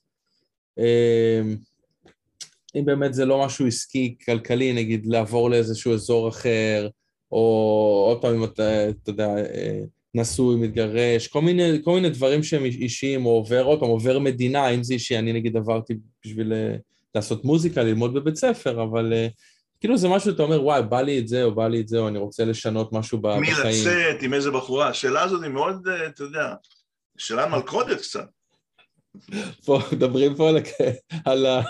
B: אם באמת זה לא משהו עסקי, כלכלי, נגיד לעבור לאיזשהו אזור אחר, או עוד פעם אם אתה, אתה יודע, נשוי, מתגרש, כל מיני, כל מיני דברים שהם אישיים, או עובר, עוד פעם, עובר מדינה, אם זה אישי, אני נגיד עברתי בשביל לעשות מוזיקה, ללמוד בבית ספר, אבל כאילו זה משהו, אתה אומר, וואי, בא לי את זה, או בא לי את זה, או אני רוצה לשנות משהו בחיים.
C: מי לצאת, עם איזה בחורה, השאלה הזאת היא מאוד, אתה יודע, שאלה מלכודת קצת.
B: פה, מדברים פה על ה...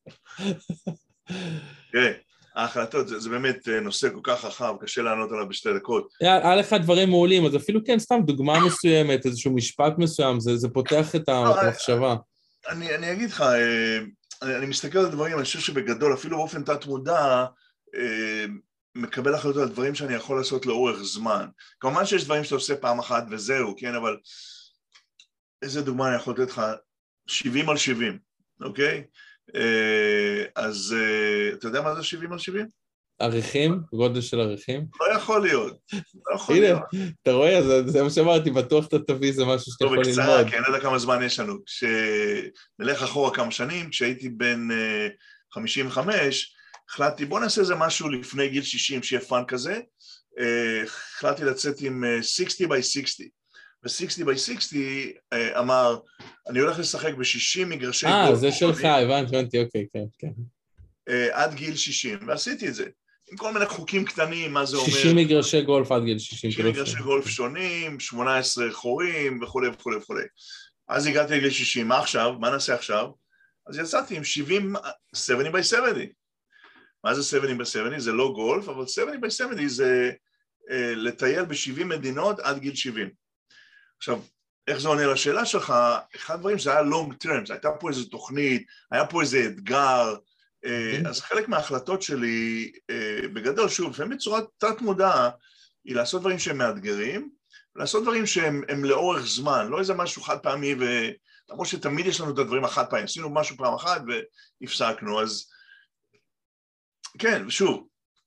C: כן, ההחלטות, זה, זה באמת נושא כל כך רחב, קשה לענות עליו בשתי דקות.
B: היה לך דברים מעולים, אז אפילו כן, סתם דוגמה מסוימת, איזשהו משפט מסוים, זה, זה פותח את המחשבה.
C: אני, אני אגיד לך, אני, אני מסתכל על הדברים, אני חושב שבגדול, אפילו באופן תת מודע, מקבל החלטות על דברים שאני יכול לעשות לאורך זמן. כמובן שיש דברים שאתה עושה פעם אחת וזהו, כן, אבל איזה דוגמה אני יכול לתת לך? שבעים על שבעים, אוקיי? אז אתה יודע מה זה שבעים על שבעים?
B: עריכים? גודל של עריכים?
C: לא יכול להיות, לא יכול
B: הנה,
C: להיות.
B: אתה רואה, זה, זה מה שאמרתי, בטוח אתה תביא, זה משהו שאתה יכול
C: בקצרה,
B: ללמוד.
C: כי אני לא יודע כמה זמן יש לנו. כשנלך אחורה כמה שנים, כשהייתי בן חמישים וחמש, החלטתי, בוא נעשה איזה משהו לפני גיל שישים, שיהיה פאן כזה, החלטתי לצאת עם שישים by שישים. ו-שישים by שישים אמר, אני הולך לשחק ב-שישים מגרשי גולף.
B: אה, זה שלך, הבנתי, הבנתי, אוקיי, כן, כן.
C: עד גיל שישים, ועשיתי את זה. עם כל מיני חוקים קטנים, מה זה אומר?
B: שישים מגרשי גולף עד גיל שישים.
C: שישים מגרשי גולף שונים, שמונה עשרה חורים וכו' וכו' וכו'. אז הגעתי לגיל שישים, מה עכשיו? מה נעשה עכשיו? אז יצאתי עם שבעים, שבעים by שבעים. מה זה שבעים by שבעים? זה לא גולף, אבל שבעים by שבעים זה uh, לטייל ב-שבעים מדינות עד גיל שבעים. עכשיו, איך זה עונה לשאלה שלך? אחד הדברים זה היה long term, זה הייתה פה איזו תוכנית, היה פה איזה אתגר, uh, אז חלק מההחלטות שלי, uh, בגדול, שוב, לפעמים בצורה תת מודעה, היא לעשות דברים שהם מאתגרים, לעשות דברים שהם לאורך זמן, לא איזה משהו חד פעמי, ולמרות שתמיד יש לנו את הדברים החד פעמים, עשינו משהו פעם אחת והפסקנו, אז כן, ושוב,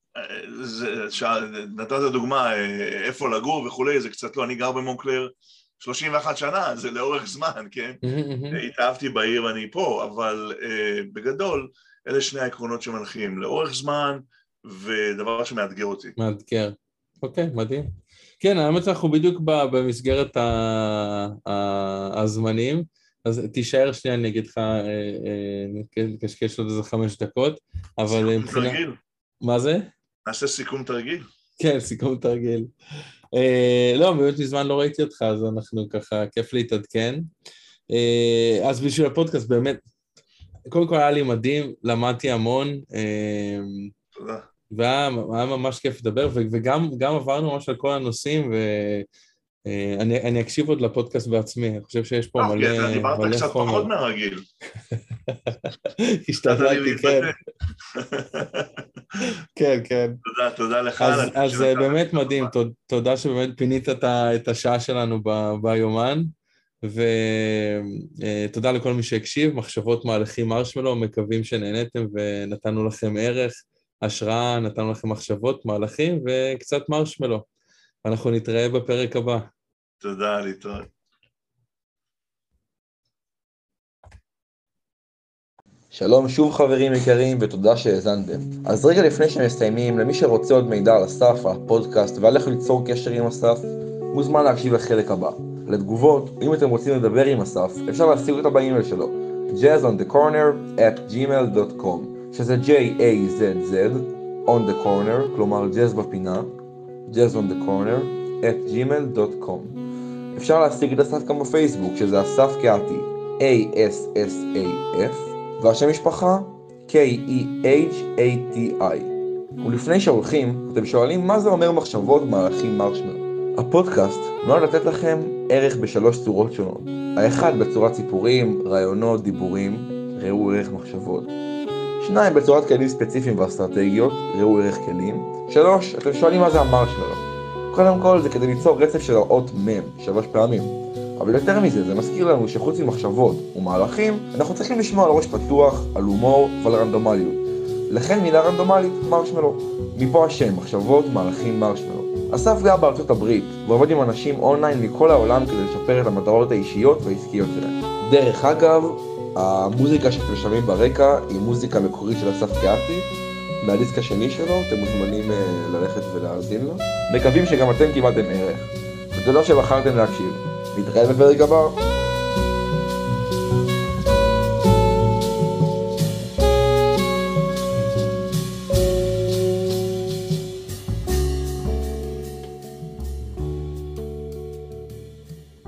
C: נתת דוגמה איפה לגור וכולי, זה קצת לא, אני גר במונקלר שלושים ואחת שנה, זה לאורך זמן, כן? התאהבתי בעיר ואני פה, אבל בגדול, אלה שני העקרונות שמנחים, לאורך זמן, ודבר שמאתגר אותי.
B: מאתגר, אוקיי, מדהים. כן, האמת אנחנו בדיוק במסגרת הזמנים, אז תישאר שנייה, אני אגיד לך, נקשקש עוד איזה חמש דקות, אבל
C: מבחינה... תרגיל.
B: מה זה?
C: נעשה סיכום תרגיל.
B: כן, סיכום תרגיל. לא, באמת מזמן לא ראיתי אותך, אז אנחנו ככה, כיף להתעדכן. אז בשביל הפודקאסט, באמת, קודם כל היה לי מדהים, למדתי המון.
C: תודה.
B: והיה ממש כיף לדבר, וגם גם עברנו ממש על כל הנושאים, ואני אקשיב עוד לפודקאסט בעצמי, אני חושב שיש פה מלא חומר.
C: אתה דיברת קצת פחות מהרגיל.
B: השתדלתי, כן. כן, כן.
C: תודה, תודה לך.
B: אז, אז באמת מדהים, תודה שבאמת פינית את השעה שלנו ביומן, ותודה לכל מי שהקשיב, מחשבות מהלכים מרשמלו, מקווים שנהנתם ונתנו לכם ערך, השראה, נתנו לכם מחשבות, מהלכים וקצת מרשמלו. אנחנו נתראה בפרק הבא.
C: תודה, להתראות.
A: שלום שוב חברים יקרים ותודה שהאזנתם. אז רגע לפני שמסיימים, למי שרוצה עוד מידע על אסף, על הפודקאסט ועל איך ליצור קשר עם אסף, מוזמן להקשיב לחלק הבא. לתגובות, אם אתם רוצים לדבר עם אסף, אפשר להשיג אותה באימייל שלו, jazz on the corner at gmail dot com, שזה J A Z Z on the corner, כלומר jazz בפינה, jazz on the corner at gmail dot com. אפשר להשיג את אסף גם בפייסבוק, שזה אסף קהתי, A S S A F, והשם משפחה K E H A T I. ולפני שהולכים, אתם שואלים מה זה אומר מחשבות מהלכים מרשמלו. הפודקאסט נועד לתת לכם ערך בשלוש צורות שונות. האחד בצורת סיפורים, רעיונות, דיבורים, ראו ערך מחשבות. שניים בצורת כלים ספציפיים ואסטרטגיות, ראו ערך כלים. שלוש, אתם שואלים מה זה המרשמלו. קודם כל זה כדי ליצור רצף של האות מם, שלוש פעמים. אבל יותר מזה, זה מזכיר לנו שחוץ ממחשבות ומהלכים, אנחנו צריכים לשמוע על ראש פתוח, על הומור ועל רנדומליות. לכן מילה רנדומלית, מרשמלו. מפה השם, מחשבות, מהלכים, מרשמלו. אסף גר בארצות הברית, ועובד עם אנשים אונליין מכל העולם כדי לשפר את המטרות האישיות והעסקיות שלהם. דרך אגב, המוזיקה שאתם שומעים ברקע היא מוזיקה מקורית של אסף קהתי, מהדיסק השני שלו, אתם מוזמנים ללכת ולהאזין לו. מקווים שגם אתם קיבלתם ערך, ותודה שבחרתם להקשיב. נתראה בפרק הבא.